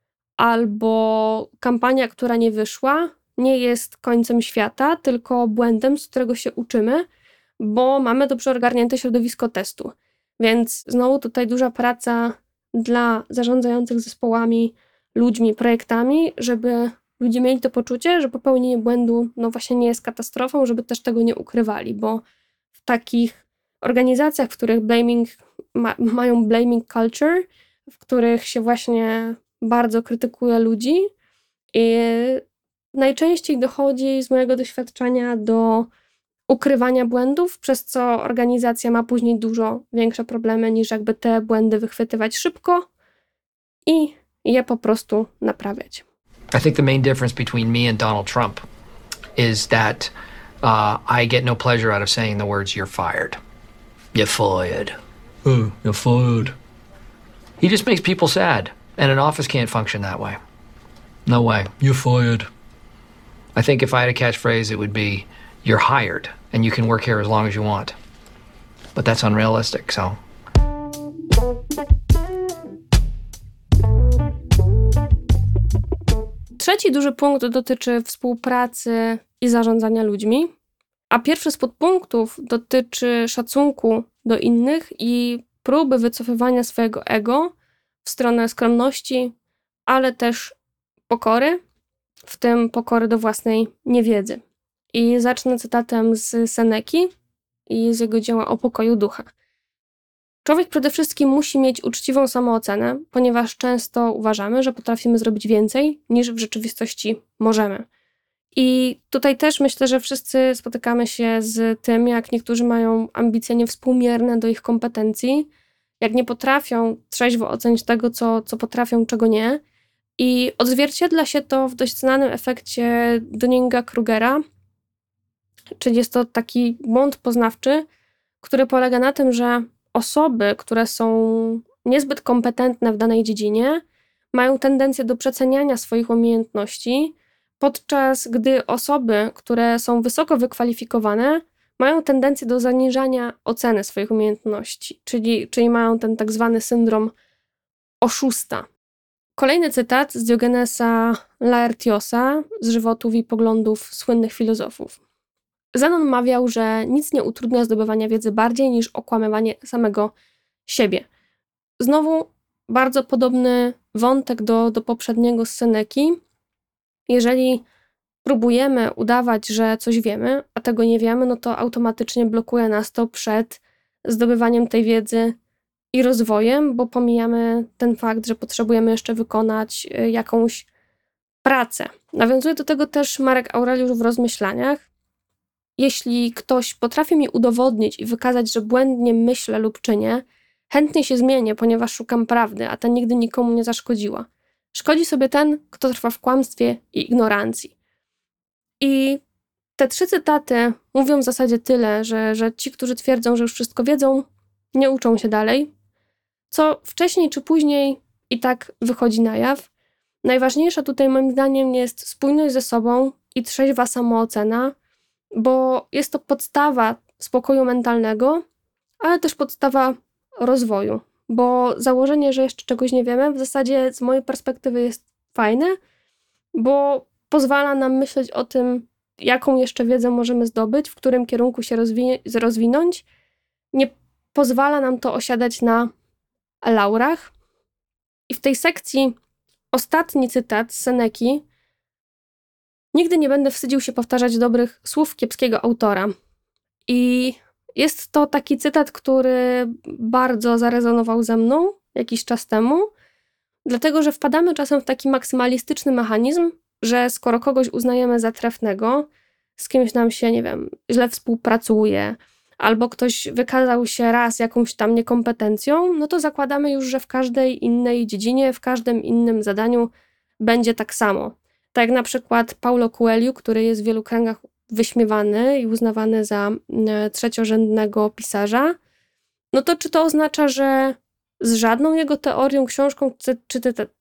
albo kampania, która nie wyszła, nie jest końcem świata, tylko błędem, z którego się uczymy, bo mamy dobrze ogarnięte środowisko testu. Więc znowu tutaj duża praca dla zarządzających zespołami, ludźmi, projektami, żeby ludzie mieli to poczucie, że popełnienie błędu no właśnie nie jest katastrofą, żeby też tego nie ukrywali, bo w takich organizacjach, w których mają blaming culture, w których się właśnie bardzo krytykuje ludzi, i najczęściej dochodzi z mojego doświadczenia do ukrywania błędów, przez co organizacja ma później dużo większe problemy niż jakby te błędy wychwytywać szybko i je po prostu naprawiać. I think the main difference between me and Donald Trump is that I get no pleasure out of saying the words "you're fired." You're fired. Oh, you're fired. He just makes people sad, and an office can't function that way. No way. You're fired. I think if I had a catchphrase, it would be "you're hired, and you can work here as long as you want." But that's unrealistic, so. Trzeci duży punkt dotyczy współpracy i zarządzania ludźmi, a pierwszy z podpunktów dotyczy szacunku do innych i próby wycofywania swojego ego w stronę skromności, ale też pokory, w tym pokory do własnej niewiedzy. I zacznę cytatem z Seneki i z jego dzieła O pokoju ducha. Człowiek przede wszystkim musi mieć uczciwą samoocenę, ponieważ często uważamy, że potrafimy zrobić więcej, niż w rzeczywistości możemy. I tutaj też myślę, że wszyscy spotykamy się z tym, jak niektórzy mają ambicje niewspółmierne do ich kompetencji, jak nie potrafią trzeźwo ocenić tego, co potrafią, czego nie. I odzwierciedla się to w dość znanym efekcie Dunninga-Krugera, Czyli jest to taki błąd poznawczy, który polega na tym, że osoby, które są niezbyt kompetentne w danej dziedzinie, mają tendencję do przeceniania swoich umiejętności, podczas gdy osoby, które są wysoko wykwalifikowane, mają tendencję do zaniżania oceny swoich umiejętności, czyli mają ten tak zwany syndrom oszusta. Kolejny cytat z Diogenesa Laertiosa z żywotów i poglądów słynnych filozofów. Zenon mawiał, że nic nie utrudnia zdobywania wiedzy bardziej niż okłamywanie samego siebie. Znowu bardzo podobny wątek do poprzedniego z Seneki. Jeżeli próbujemy udawać, że coś wiemy, a tego nie wiemy, no to automatycznie blokuje nas to przed zdobywaniem tej wiedzy i rozwojem, bo pomijamy ten fakt, że potrzebujemy jeszcze wykonać jakąś pracę. Nawiązuje do tego też Marek Aureliusz w Rozmyślaniach. Jeśli ktoś potrafi mi udowodnić i wykazać, że błędnie myślę lub czynię, chętnie się zmienię, ponieważ szukam prawdy, a ta nigdy nikomu nie zaszkodziła. Szkodzi sobie ten, kto trwa w kłamstwie i ignorancji. I te 3 cytaty mówią w zasadzie tyle, że ci, którzy twierdzą, że już wszystko wiedzą, nie uczą się dalej, co wcześniej czy później i tak wychodzi na jaw. Najważniejsza tutaj moim zdaniem jest spójność ze sobą i trzeźwa samoocena, bo jest to podstawa spokoju mentalnego, ale też podstawa rozwoju, bo założenie, że jeszcze czegoś nie wiemy, w zasadzie z mojej perspektywy jest fajne, bo pozwala nam myśleć o tym, jaką jeszcze wiedzę możemy zdobyć, w którym kierunku się rozwinąć. Nie pozwala nam to osiadać na laurach. I w tej sekcji ostatni cytat z Seneki. Nigdy nie będę wstydził się powtarzać dobrych słów kiepskiego autora. I jest to taki cytat, który bardzo zarezonował ze mną jakiś czas temu, dlatego że wpadamy czasem w taki maksymalistyczny mechanizm, że skoro kogoś uznajemy za trefnego, z kimś nam się, nie wiem, źle współpracuje, albo ktoś wykazał się raz jakąś tam niekompetencją, no to zakładamy już, że w każdej innej dziedzinie, w każdym innym zadaniu będzie tak samo. Tak jak na przykład Paulo Coelho, który jest w wielu kręgach wyśmiewany i uznawany za trzeciorzędnego pisarza, no to czy to oznacza, że z żadną jego teorią, książką czy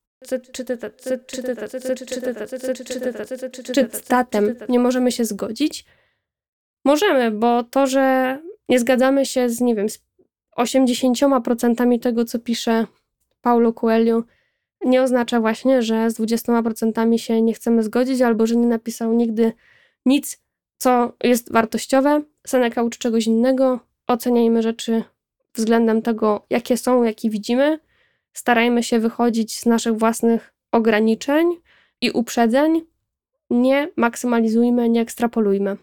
cytatem nie możemy się zgodzić? Możemy, bo to, że nie zgadzamy się z, nie wiem, z 80% tego, co pisze Paulo Coelho, nie oznacza właśnie, że z 20% się nie chcemy zgodzić, albo że nie napisał nigdy nic, co jest wartościowe. Seneca uczy czegoś innego. Oceniajmy rzeczy względem tego, jakie są, jakie widzimy. Starajmy się wychodzić z naszych własnych ograniczeń i uprzedzeń. Nie maksymalizujmy, nie ekstrapolujmy.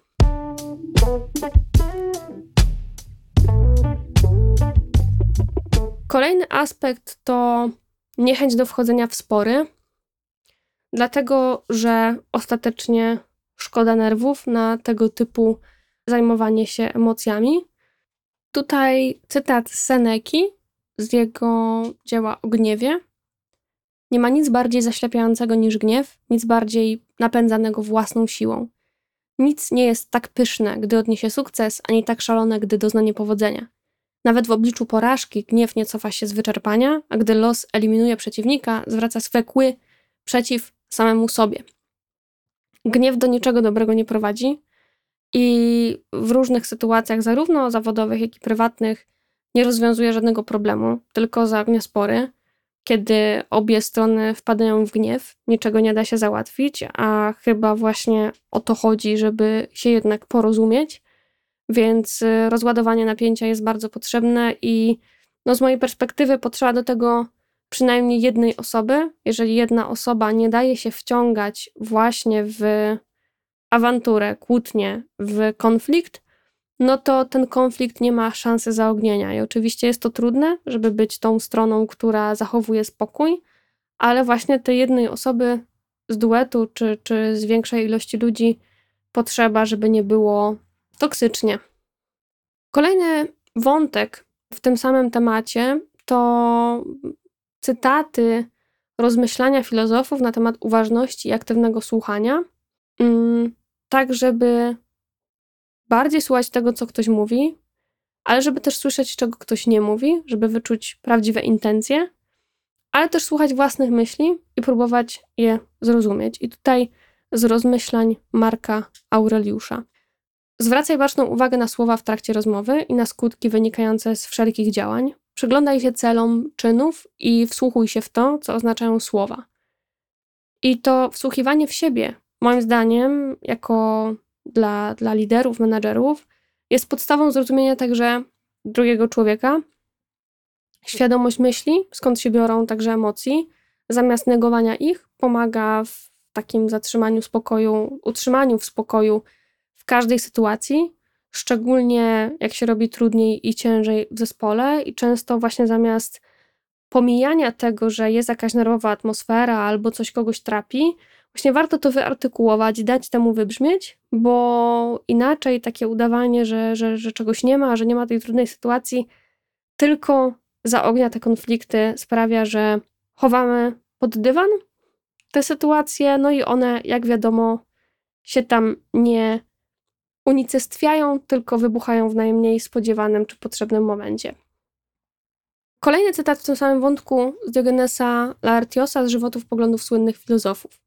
Kolejny aspekt to niechęć do wchodzenia w spory, dlatego że ostatecznie szkoda nerwów na tego typu zajmowanie się emocjami. Tutaj cytat z Seneki z jego dzieła o gniewie. Nie ma nic bardziej zaślepiającego niż gniew, nic bardziej napędzanego własną siłą. Nic nie jest tak pyszne, gdy odniesie sukces, ani tak szalone, gdy dozna niepowodzenia. Nawet w obliczu porażki gniew nie cofa się z wyczerpania, a gdy los eliminuje przeciwnika, zwraca swe kły przeciw samemu sobie. Gniew do niczego dobrego nie prowadzi i w różnych sytuacjach, zarówno zawodowych, jak i prywatnych, nie rozwiązuje żadnego problemu, tylko zaognia spory. Kiedy obie strony wpadają w gniew, niczego nie da się załatwić, a chyba właśnie o to chodzi, żeby się jednak porozumieć, więc rozładowanie napięcia jest bardzo potrzebne i z mojej perspektywy potrzeba do tego przynajmniej jednej osoby. Jeżeli jedna osoba nie daje się wciągać właśnie w awanturę, kłótnię, w konflikt, no to ten konflikt nie ma szansy zaognienia. I oczywiście jest to trudne, żeby być tą stroną, która zachowuje spokój, ale właśnie tej jednej osoby z duetu czy z większej ilości ludzi potrzeba, żeby nie było toksycznie. Kolejny wątek w tym samym temacie to cytaty, rozmyślania filozofów na temat uważności i aktywnego słuchania, tak żeby bardziej słuchać tego, co ktoś mówi, ale żeby też słyszeć, czego ktoś nie mówi, żeby wyczuć prawdziwe intencje, ale też słuchać własnych myśli i próbować je zrozumieć. I tutaj z rozmyślań Marka Aureliusza. Zwracaj baczną uwagę na słowa w trakcie rozmowy i na skutki wynikające z wszelkich działań. Przyglądaj się celom czynów i wsłuchuj się w to, co oznaczają słowa. I to wsłuchiwanie w siebie, moim zdaniem, jako dla liderów, menadżerów, jest podstawą zrozumienia także drugiego człowieka. Świadomość myśli, skąd się biorą także emocji, zamiast negowania ich, pomaga w takim zatrzymaniu spokoju, utrzymaniu w spokoju w każdej sytuacji, szczególnie jak się robi trudniej i ciężej w zespole i często właśnie zamiast pomijania tego, że jest jakaś nerwowa atmosfera albo coś kogoś trapi, właśnie warto to wyartykułować, dać temu wybrzmieć, bo inaczej takie udawanie, że czegoś nie ma, że nie ma tej trudnej sytuacji, tylko zaognia te konflikty, sprawia, że chowamy pod dywan te sytuacje, no i one, jak wiadomo, się tam nie unicestwiają, tylko wybuchają w najmniej spodziewanym czy potrzebnym momencie. Kolejny cytat w tym samym wątku z Diogenesa Laertiosa z żywotów poglądów słynnych filozofów.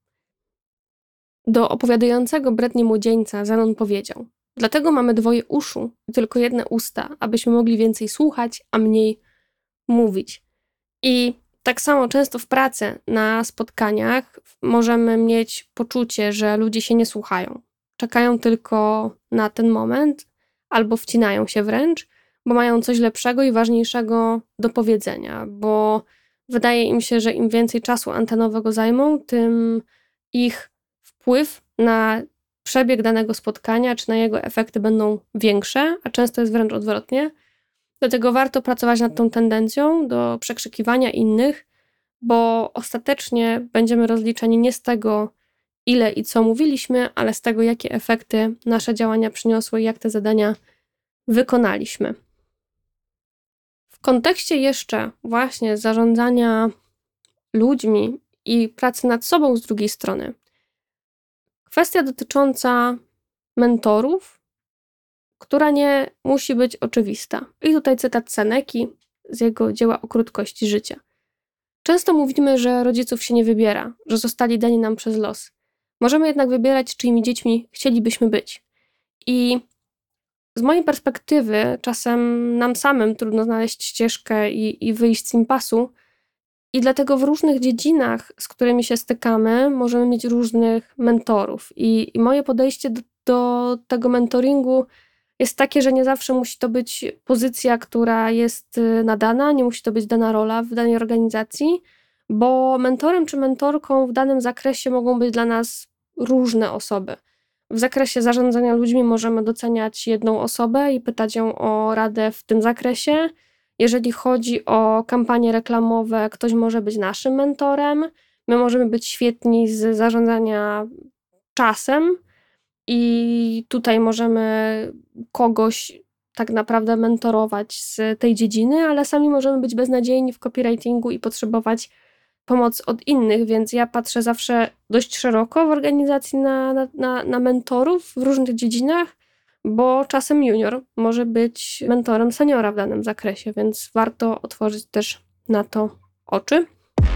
Do opowiadającego brednie młodzieńca Zenon powiedział: dlatego mamy dwoje uszu i tylko jedne usta, abyśmy mogli więcej słuchać, a mniej mówić. I tak samo często w pracy, na spotkaniach możemy mieć poczucie, że ludzie się nie słuchają. Czekają tylko na ten moment albo wcinają się wręcz, bo mają coś lepszego i ważniejszego do powiedzenia, bo wydaje im się, że im więcej czasu antenowego zajmą, tym ich wpływ na przebieg danego spotkania czy na jego efekty będą większe, a często jest wręcz odwrotnie. Dlatego warto pracować nad tą tendencją do przekrzykiwania innych, bo ostatecznie będziemy rozliczeni nie z tego, ile i co mówiliśmy, ale z tego, jakie efekty nasze działania przyniosły i jak te zadania wykonaliśmy. W kontekście jeszcze właśnie zarządzania ludźmi i pracy nad sobą z drugiej strony, kwestia dotycząca mentorów, która nie musi być oczywista. I tutaj cytat Seneki z jego dzieła o krótkości życia. Często mówimy, że rodziców się nie wybiera, że zostali dani nam przez los. Możemy jednak wybierać, czyimi dziećmi chcielibyśmy być. I z mojej perspektywy czasem nam samym trudno znaleźć ścieżkę i wyjść z impasu i dlatego w różnych dziedzinach, z którymi się stykamy, możemy mieć różnych mentorów. I moje podejście do tego mentoringu jest takie, że nie zawsze musi to być pozycja, która jest nadana, nie musi to być dana rola w danej organizacji, bo mentorem czy mentorką w danym zakresie mogą być dla nas różne osoby. W zakresie zarządzania ludźmi możemy doceniać jedną osobę i pytać ją o radę w tym zakresie. Jeżeli chodzi o kampanie reklamowe, ktoś może być naszym mentorem. My możemy być świetni z zarządzania czasem i tutaj możemy kogoś tak naprawdę mentorować z tej dziedziny, ale sami możemy być beznadziejni w copywritingu i potrzebować pomoc od innych, więc ja patrzę zawsze dość szeroko w organizacji na mentorów w różnych dziedzinach, bo czasem junior może być mentorem seniora w danym zakresie, więc warto otworzyć też na to oczy.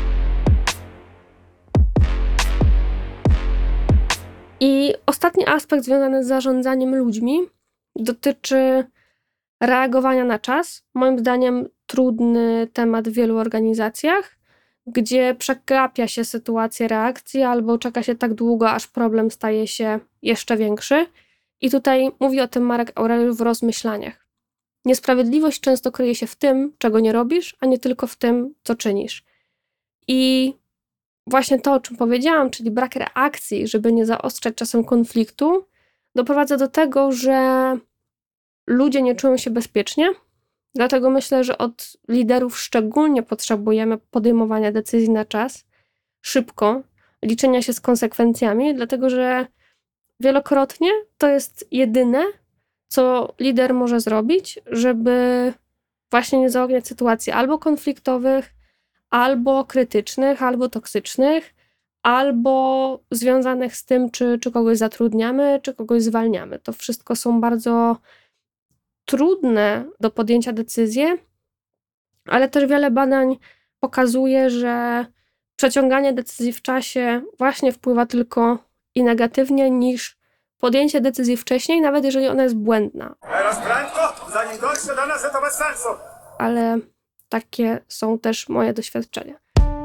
I ostatni aspekt związany z zarządzaniem ludźmi dotyczy reagowania na czas. Moim zdaniem trudny temat w wielu organizacjach, gdzie przegapia się sytuację reakcji albo czeka się tak długo, aż problem staje się jeszcze większy. I tutaj mówi o tym Marek Aureliusz w rozmyślaniach. Niesprawiedliwość często kryje się w tym, czego nie robisz, a nie tylko w tym, co czynisz. I właśnie to, o czym powiedziałam, czyli brak reakcji, żeby nie zaostrzać czasem konfliktu, doprowadza do tego, że ludzie nie czują się bezpiecznie. Dlatego myślę, że od liderów szczególnie potrzebujemy podejmowania decyzji na czas, szybko, liczenia się z konsekwencjami, dlatego że wielokrotnie to jest jedyne, co lider może zrobić, żeby właśnie nie zaogniać sytuacji albo konfliktowych, albo krytycznych, albo toksycznych, albo związanych z tym, czy kogoś zatrudniamy, czy kogoś zwalniamy. To wszystko są bardzo trudne do podjęcia decyzje, ale też wiele badań pokazuje, że przeciąganie decyzji w czasie właśnie wpływa tylko i negatywnie niż podjęcie decyzji wcześniej, nawet jeżeli ona jest błędna. Teraz prędko, zanim dojdzie do nas, to bez sensu. Ale takie są też moje doświadczenia.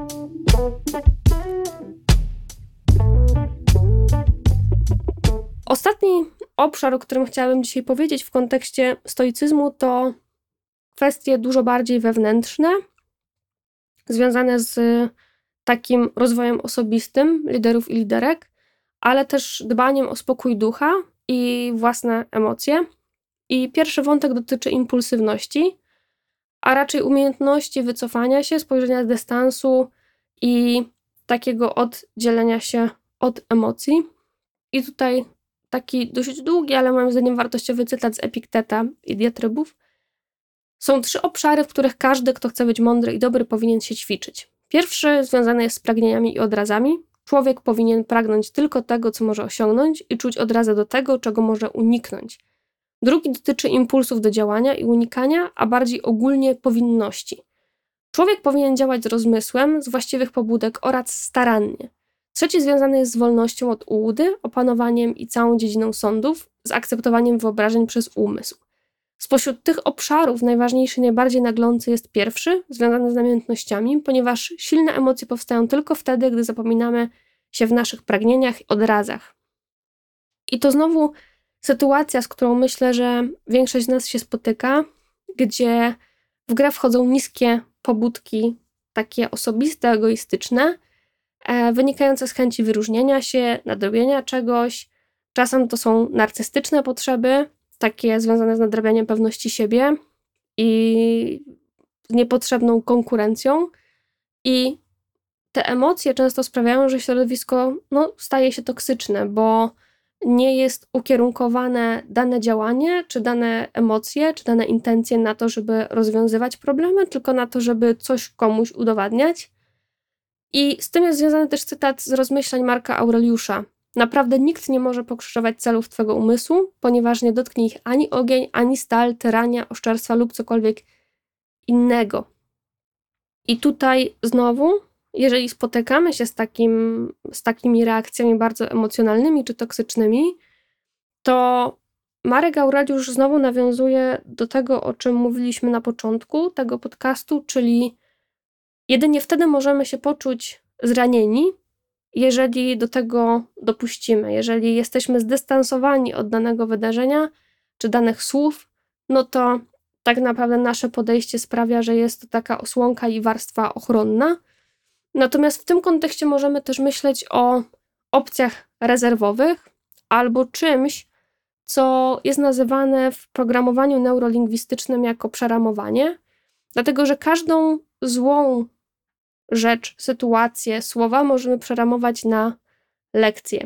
Ostatni obszar, o którym chciałabym dzisiaj powiedzieć w kontekście stoicyzmu, to kwestie dużo bardziej wewnętrzne, związane z takim rozwojem osobistym liderów i liderek, ale też dbaniem o spokój ducha i własne emocje. I pierwszy wątek dotyczy impulsywności, a raczej umiejętności wycofania się, spojrzenia z dystansu i takiego oddzielenia się od emocji. I tutaj taki dość długi, ale moim zdaniem wartościowy cytat z Epikteta i Diatrybów. Są 3 obszary, w których każdy, kto chce być mądry i dobry, powinien się ćwiczyć. Pierwszy związany jest z pragnieniami i odrazami. Człowiek powinien pragnąć tylko tego, co może osiągnąć i czuć odrazę do tego, czego może uniknąć. Drugi dotyczy impulsów do działania i unikania, a bardziej ogólnie powinności. Człowiek powinien działać z rozmysłem, z właściwych pobudek oraz starannie. Trzeci związany jest z wolnością od ułudy, opanowaniem i całą dziedziną sądów, z akceptowaniem wyobrażeń przez umysł. Spośród tych obszarów najważniejszy, najbardziej naglący jest pierwszy, związany z namiętnościami, ponieważ silne emocje powstają tylko wtedy, gdy zapominamy się w naszych pragnieniach i odrazach. I to znowu sytuacja, z którą myślę, że większość z nas się spotyka, gdzie w grę wchodzą niskie pobudki, takie osobiste, egoistyczne, wynikające z chęci wyróżnienia się, nadrobienia czegoś. Czasem to są narcystyczne potrzeby, takie związane z nadrabianiem pewności siebie i z niepotrzebną konkurencją. I te emocje często sprawiają, że środowisko staje się toksyczne, bo nie jest ukierunkowane dane działanie, czy dane emocje, czy dane intencje na to, żeby rozwiązywać problemy, tylko na to, żeby coś komuś udowadniać. I z tym jest związany też cytat z rozmyślań Marka Aureliusza. Naprawdę nikt nie może pokrzyżować celów twego umysłu, ponieważ nie dotknie ich ani ogień, ani stal, tyrania, oszczerstwa lub cokolwiek innego. I tutaj znowu, jeżeli spotykamy się z takimi reakcjami bardzo emocjonalnymi czy toksycznymi, to Marek Aureliusz znowu nawiązuje do tego, o czym mówiliśmy na początku tego podcastu, czyli jedynie wtedy możemy się poczuć zranieni, jeżeli do tego dopuścimy, jeżeli jesteśmy zdystansowani od danego wydarzenia czy danych słów, no to tak naprawdę nasze podejście sprawia, że jest to taka osłonka i warstwa ochronna. Natomiast w tym kontekście możemy też myśleć o opcjach rezerwowych albo czymś, co jest nazywane w programowaniu neurolingwistycznym jako przeramowanie, dlatego że każdą złą rzecz, sytuację, słowa możemy przeramować na lekcje.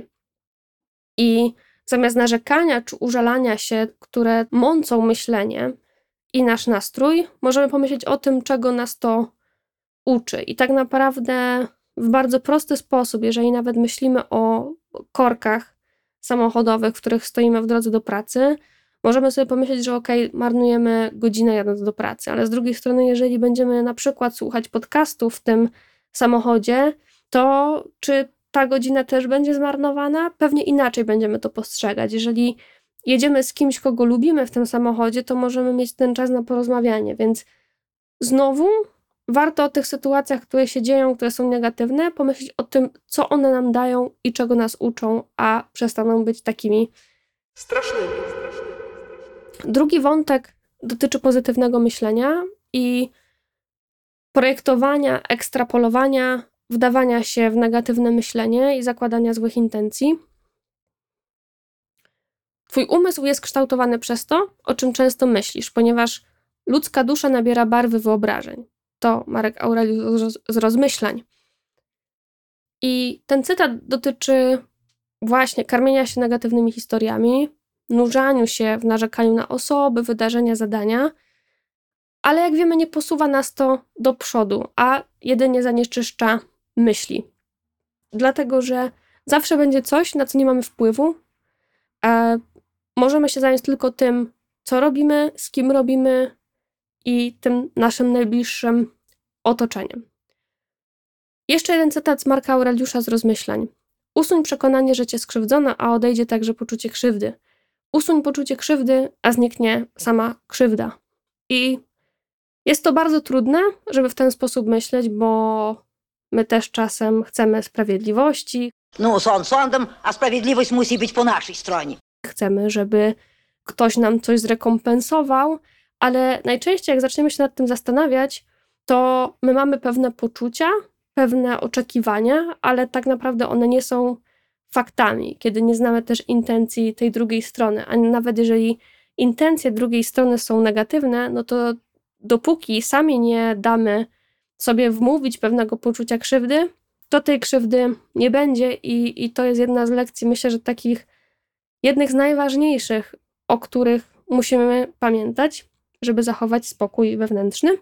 I zamiast narzekania czy użalania się, które mącą myślenie i nasz nastrój, możemy pomyśleć o tym, czego nas to uczy. I tak naprawdę w bardzo prosty sposób, jeżeli nawet myślimy o korkach samochodowych, w których stoimy w drodze do pracy, możemy sobie pomyśleć, że marnujemy godzinę jadąc do pracy, ale z drugiej strony, jeżeli będziemy na przykład słuchać podcastu w tym samochodzie, to czy ta godzina też będzie zmarnowana? Pewnie inaczej będziemy to postrzegać. Jeżeli jedziemy z kimś, kogo lubimy w tym samochodzie, to możemy mieć ten czas na porozmawianie, więc znowu warto o tych sytuacjach, które się dzieją, które są negatywne, pomyśleć o tym, co one nam dają i czego nas uczą, a przestaną być takimi strasznymi. Drugi wątek dotyczy pozytywnego myślenia i projektowania, ekstrapolowania, wdawania się w negatywne myślenie i zakładania złych intencji. Twój umysł jest kształtowany przez to, o czym często myślisz, ponieważ ludzka dusza nabiera barwy wyobrażeń. To Marek Aureliusz z rozmyślań. I ten cytat dotyczy właśnie karmienia się negatywnymi historiami, nurzaniu się w narzekaniu na osoby, wydarzenia, zadania, ale jak wiemy, nie posuwa nas to do przodu, a jedynie zanieczyszcza myśli. dlatego że zawsze będzie coś, na co nie mamy wpływu. Możemy się zająć tylko tym, co robimy, z kim robimy i tym naszym najbliższym otoczeniem. Jeszcze jeden cytat z Marka Aureliusza z rozmyślań. Usuń przekonanie, że cię skrzywdzono, a odejdzie także poczucie krzywdy. Usuń poczucie krzywdy, a zniknie sama krzywda. I jest to bardzo trudne, żeby w ten sposób myśleć, bo my też czasem chcemy sprawiedliwości. No, sąd sądem, a sprawiedliwość musi być po naszej stronie. Chcemy, żeby ktoś nam coś zrekompensował, ale najczęściej jak zaczniemy się nad tym zastanawiać, to my mamy pewne poczucia, pewne oczekiwania, ale tak naprawdę one nie są faktami, kiedy nie znamy też intencji tej drugiej strony, a nawet jeżeli intencje drugiej strony są negatywne, no to dopóki sami nie damy sobie wmówić pewnego poczucia krzywdy, to tej krzywdy nie będzie i to jest jedna z lekcji, myślę, że takich jednych z najważniejszych, o których musimy pamiętać, żeby zachować spokój wewnętrzny.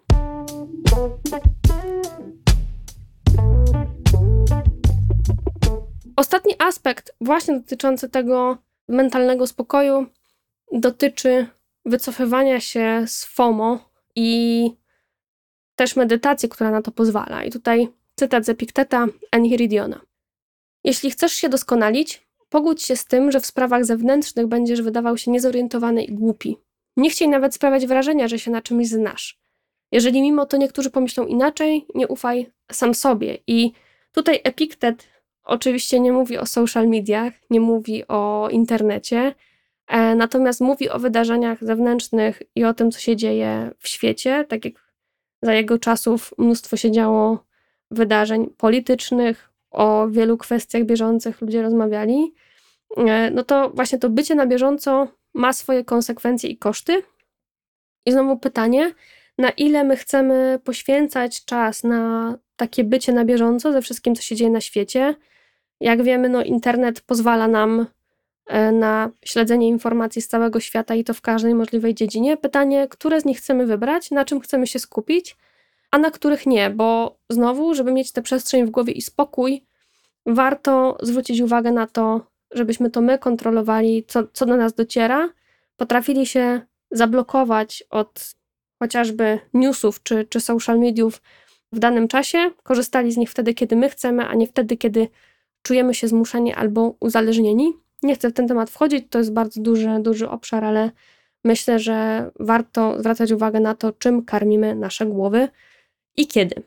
Ostatni aspekt właśnie dotyczący tego mentalnego spokoju dotyczy wycofywania się z FOMO i też medytacji, która na to pozwala. I tutaj cytat z Epikteta Enchiridiona. Jeśli chcesz się doskonalić, pogódź się z tym, że w sprawach zewnętrznych będziesz wydawał się niezorientowany i głupi. Nie chciej nawet sprawiać wrażenia, że się na czymś znasz. Jeżeli mimo to niektórzy pomyślą inaczej, nie ufaj sam sobie. I tutaj Epiktet oczywiście nie mówi o social mediach, nie mówi o internecie, natomiast mówi o wydarzeniach zewnętrznych i o tym, co się dzieje w świecie. Tak jak za jego czasów mnóstwo się działo wydarzeń politycznych, o wielu kwestiach bieżących ludzie rozmawiali, no to właśnie to bycie na bieżąco ma swoje konsekwencje i koszty. I znowu pytanie, na ile my chcemy poświęcać czas na takie bycie na bieżąco ze wszystkim, co się dzieje na świecie. Jak wiemy, no internet pozwala nam na śledzenie informacji z całego świata i to w każdej możliwej dziedzinie. Pytanie, które z nich chcemy wybrać, na czym chcemy się skupić, a na których nie, bo znowu, żeby mieć tę przestrzeń w głowie i spokój, warto zwrócić uwagę na to, żebyśmy to my kontrolowali, co do nas dociera, potrafili się zablokować od chociażby newsów czy social mediów w danym czasie, korzystali z nich wtedy, kiedy my chcemy, a nie wtedy, kiedy czujemy się zmuszeni albo uzależnieni. Nie chcę w ten temat wchodzić, to jest bardzo duży obszar, ale myślę, że warto zwracać uwagę na to, czym karmimy nasze głowy i kiedy.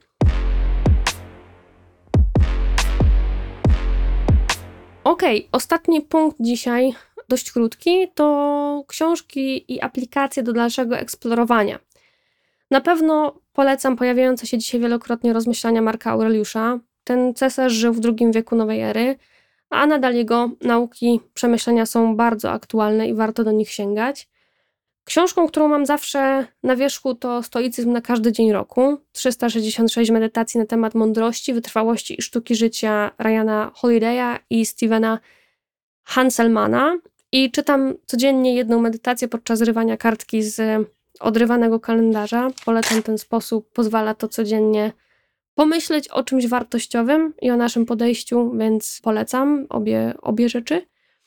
Ostatni punkt dzisiaj, dość krótki, to książki i aplikacje do dalszego eksplorowania. Na pewno polecam pojawiające się dzisiaj wielokrotnie rozmyślania Marka Aureliusza. Ten cesarz żył w II wieku nowej ery, a nadal jego nauki, przemyślenia są bardzo aktualne i warto do nich sięgać. Książką, którą mam zawsze na wierzchu, to Stoicyzm na każdy dzień roku. 366 medytacji na temat mądrości, wytrwałości i sztuki życia Ryana Holiday'a i Stevena Hanselmana. I czytam codziennie jedną medytację podczas rywania kartki z odrywanego kalendarza. Polecam ten sposób, pozwala to codziennie pomyśleć o czymś wartościowym i o naszym podejściu, więc polecam obie rzeczy.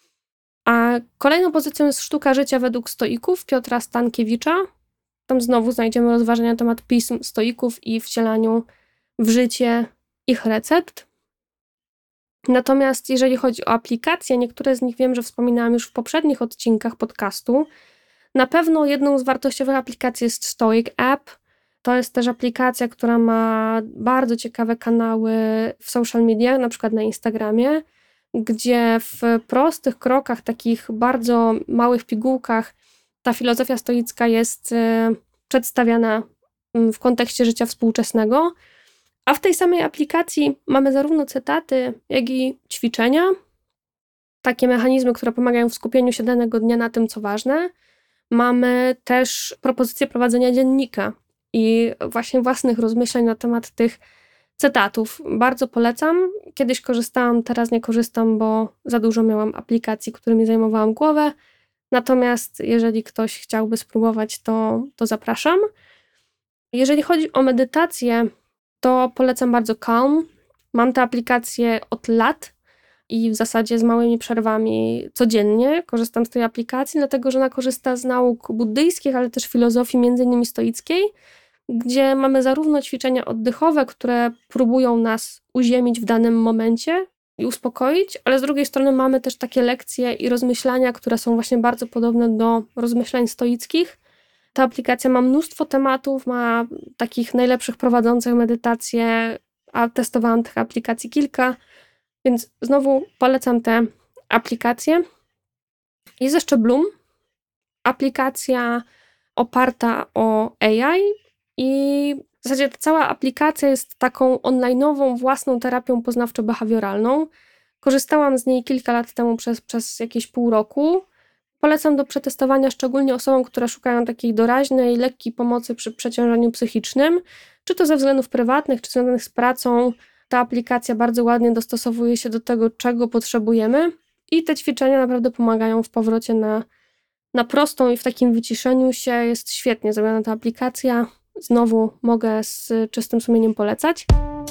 A kolejną pozycją jest Sztuka życia według stoików Piotra Stankiewicza. Tam znowu znajdziemy rozważania na temat pism stoików i wcielaniu w życie ich recept. Natomiast jeżeli chodzi o aplikacje, niektóre z nich wiem, że wspominałam już w poprzednich odcinkach podcastu. Na pewno jedną z wartościowych aplikacji jest Stoic App. To jest też aplikacja, która ma bardzo ciekawe kanały w social mediach, na przykład na Instagramie, gdzie w prostych krokach, takich bardzo małych pigułkach ta filozofia stoicka jest przedstawiana w kontekście życia współczesnego. A w tej samej aplikacji mamy zarówno cytaty, jak i ćwiczenia, takie mechanizmy, które pomagają w skupieniu się danego dnia na tym, co ważne. Mamy też propozycję prowadzenia dziennika i właśnie własnych rozmyślań na temat tych cytatów. Bardzo polecam. Kiedyś korzystałam, teraz nie korzystam, bo za dużo miałam aplikacji, którymi zajmowałam głowę. Natomiast jeżeli ktoś chciałby spróbować, to zapraszam. Jeżeli chodzi o medytację, to polecam bardzo Calm. Mam te aplikacje od lat i w zasadzie z małymi przerwami codziennie korzystam z tej aplikacji, dlatego że ona korzysta z nauk buddyjskich, ale też filozofii m.in. stoickiej, gdzie mamy zarówno ćwiczenia oddechowe, które próbują nas uziemić w danym momencie i uspokoić, ale z drugiej strony mamy też takie lekcje i rozmyślania, które są właśnie bardzo podobne do rozmyślań stoickich. Ta aplikacja ma mnóstwo tematów, ma takich najlepszych prowadzących medytacje, a testowałam tych aplikacji kilka, więc znowu polecam te aplikacje. Jest jeszcze Bloom, aplikacja oparta o AI i w zasadzie ta cała aplikacja jest taką online'ową, własną terapią poznawczo-behawioralną. Korzystałam z niej kilka lat temu przez jakieś pół roku. Polecam do przetestowania szczególnie osobom, które szukają takiej doraźnej, lekkiej pomocy przy przeciążeniu psychicznym, czy to ze względów prywatnych, czy związanych z pracą. Ta aplikacja bardzo ładnie dostosowuje się do tego, czego potrzebujemy i te ćwiczenia naprawdę pomagają w powrocie na prostą i w takim wyciszeniu się. Jest świetnie zrobiona ta aplikacja. Znowu mogę z czystym sumieniem polecać.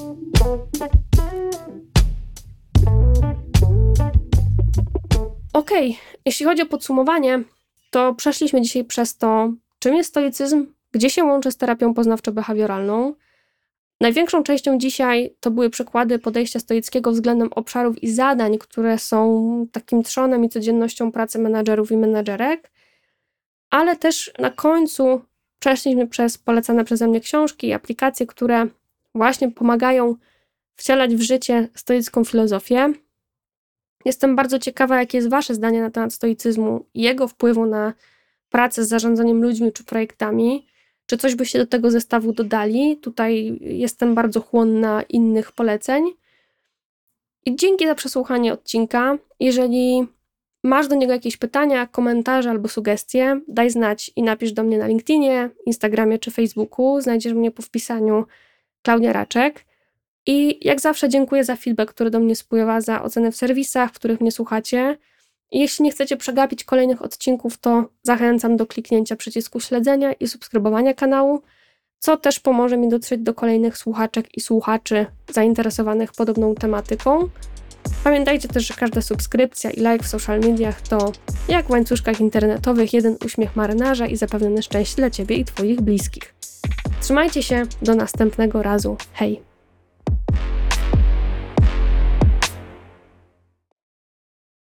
Okej, jeśli chodzi o podsumowanie, to przeszliśmy dzisiaj przez to, czym jest stoicyzm, gdzie się łączy z terapią poznawczo-behawioralną. Największą częścią dzisiaj to były przykłady podejścia stoickiego względem obszarów i zadań, które są takim trzonem i codziennością pracy menadżerów i menadżerek, ale też na końcu przeszliśmy przez polecane przeze mnie książki i aplikacje, które właśnie pomagają wcielać w życie stoicką filozofię. Jestem bardzo ciekawa, jakie jest wasze zdanie na temat stoicyzmu i jego wpływu na pracę z zarządzaniem ludźmi czy projektami. Czy coś byście do tego zestawu dodali? Tutaj jestem bardzo chłonna innych poleceń. I dzięki za przesłuchanie odcinka. Jeżeli masz do niego jakieś pytania, komentarze albo sugestie, daj znać i napisz do mnie na LinkedInie, Instagramie czy Facebooku. Znajdziesz mnie po wpisaniu Klaudia Raczek. I jak zawsze dziękuję za feedback, który do mnie spływa, za oceny w serwisach, w których mnie słuchacie. I jeśli nie chcecie przegapić kolejnych odcinków, to zachęcam do kliknięcia przycisku śledzenia i subskrybowania kanału, co też pomoże mi dotrzeć do kolejnych słuchaczek i słuchaczy zainteresowanych podobną tematyką. Pamiętajcie też, że każda subskrypcja i like w social mediach to, jak w łańcuszkach internetowych, jeden uśmiech marynarza i zapewnione szczęście dla Ciebie i Twoich bliskich. Trzymajcie się, do następnego razu. Hej!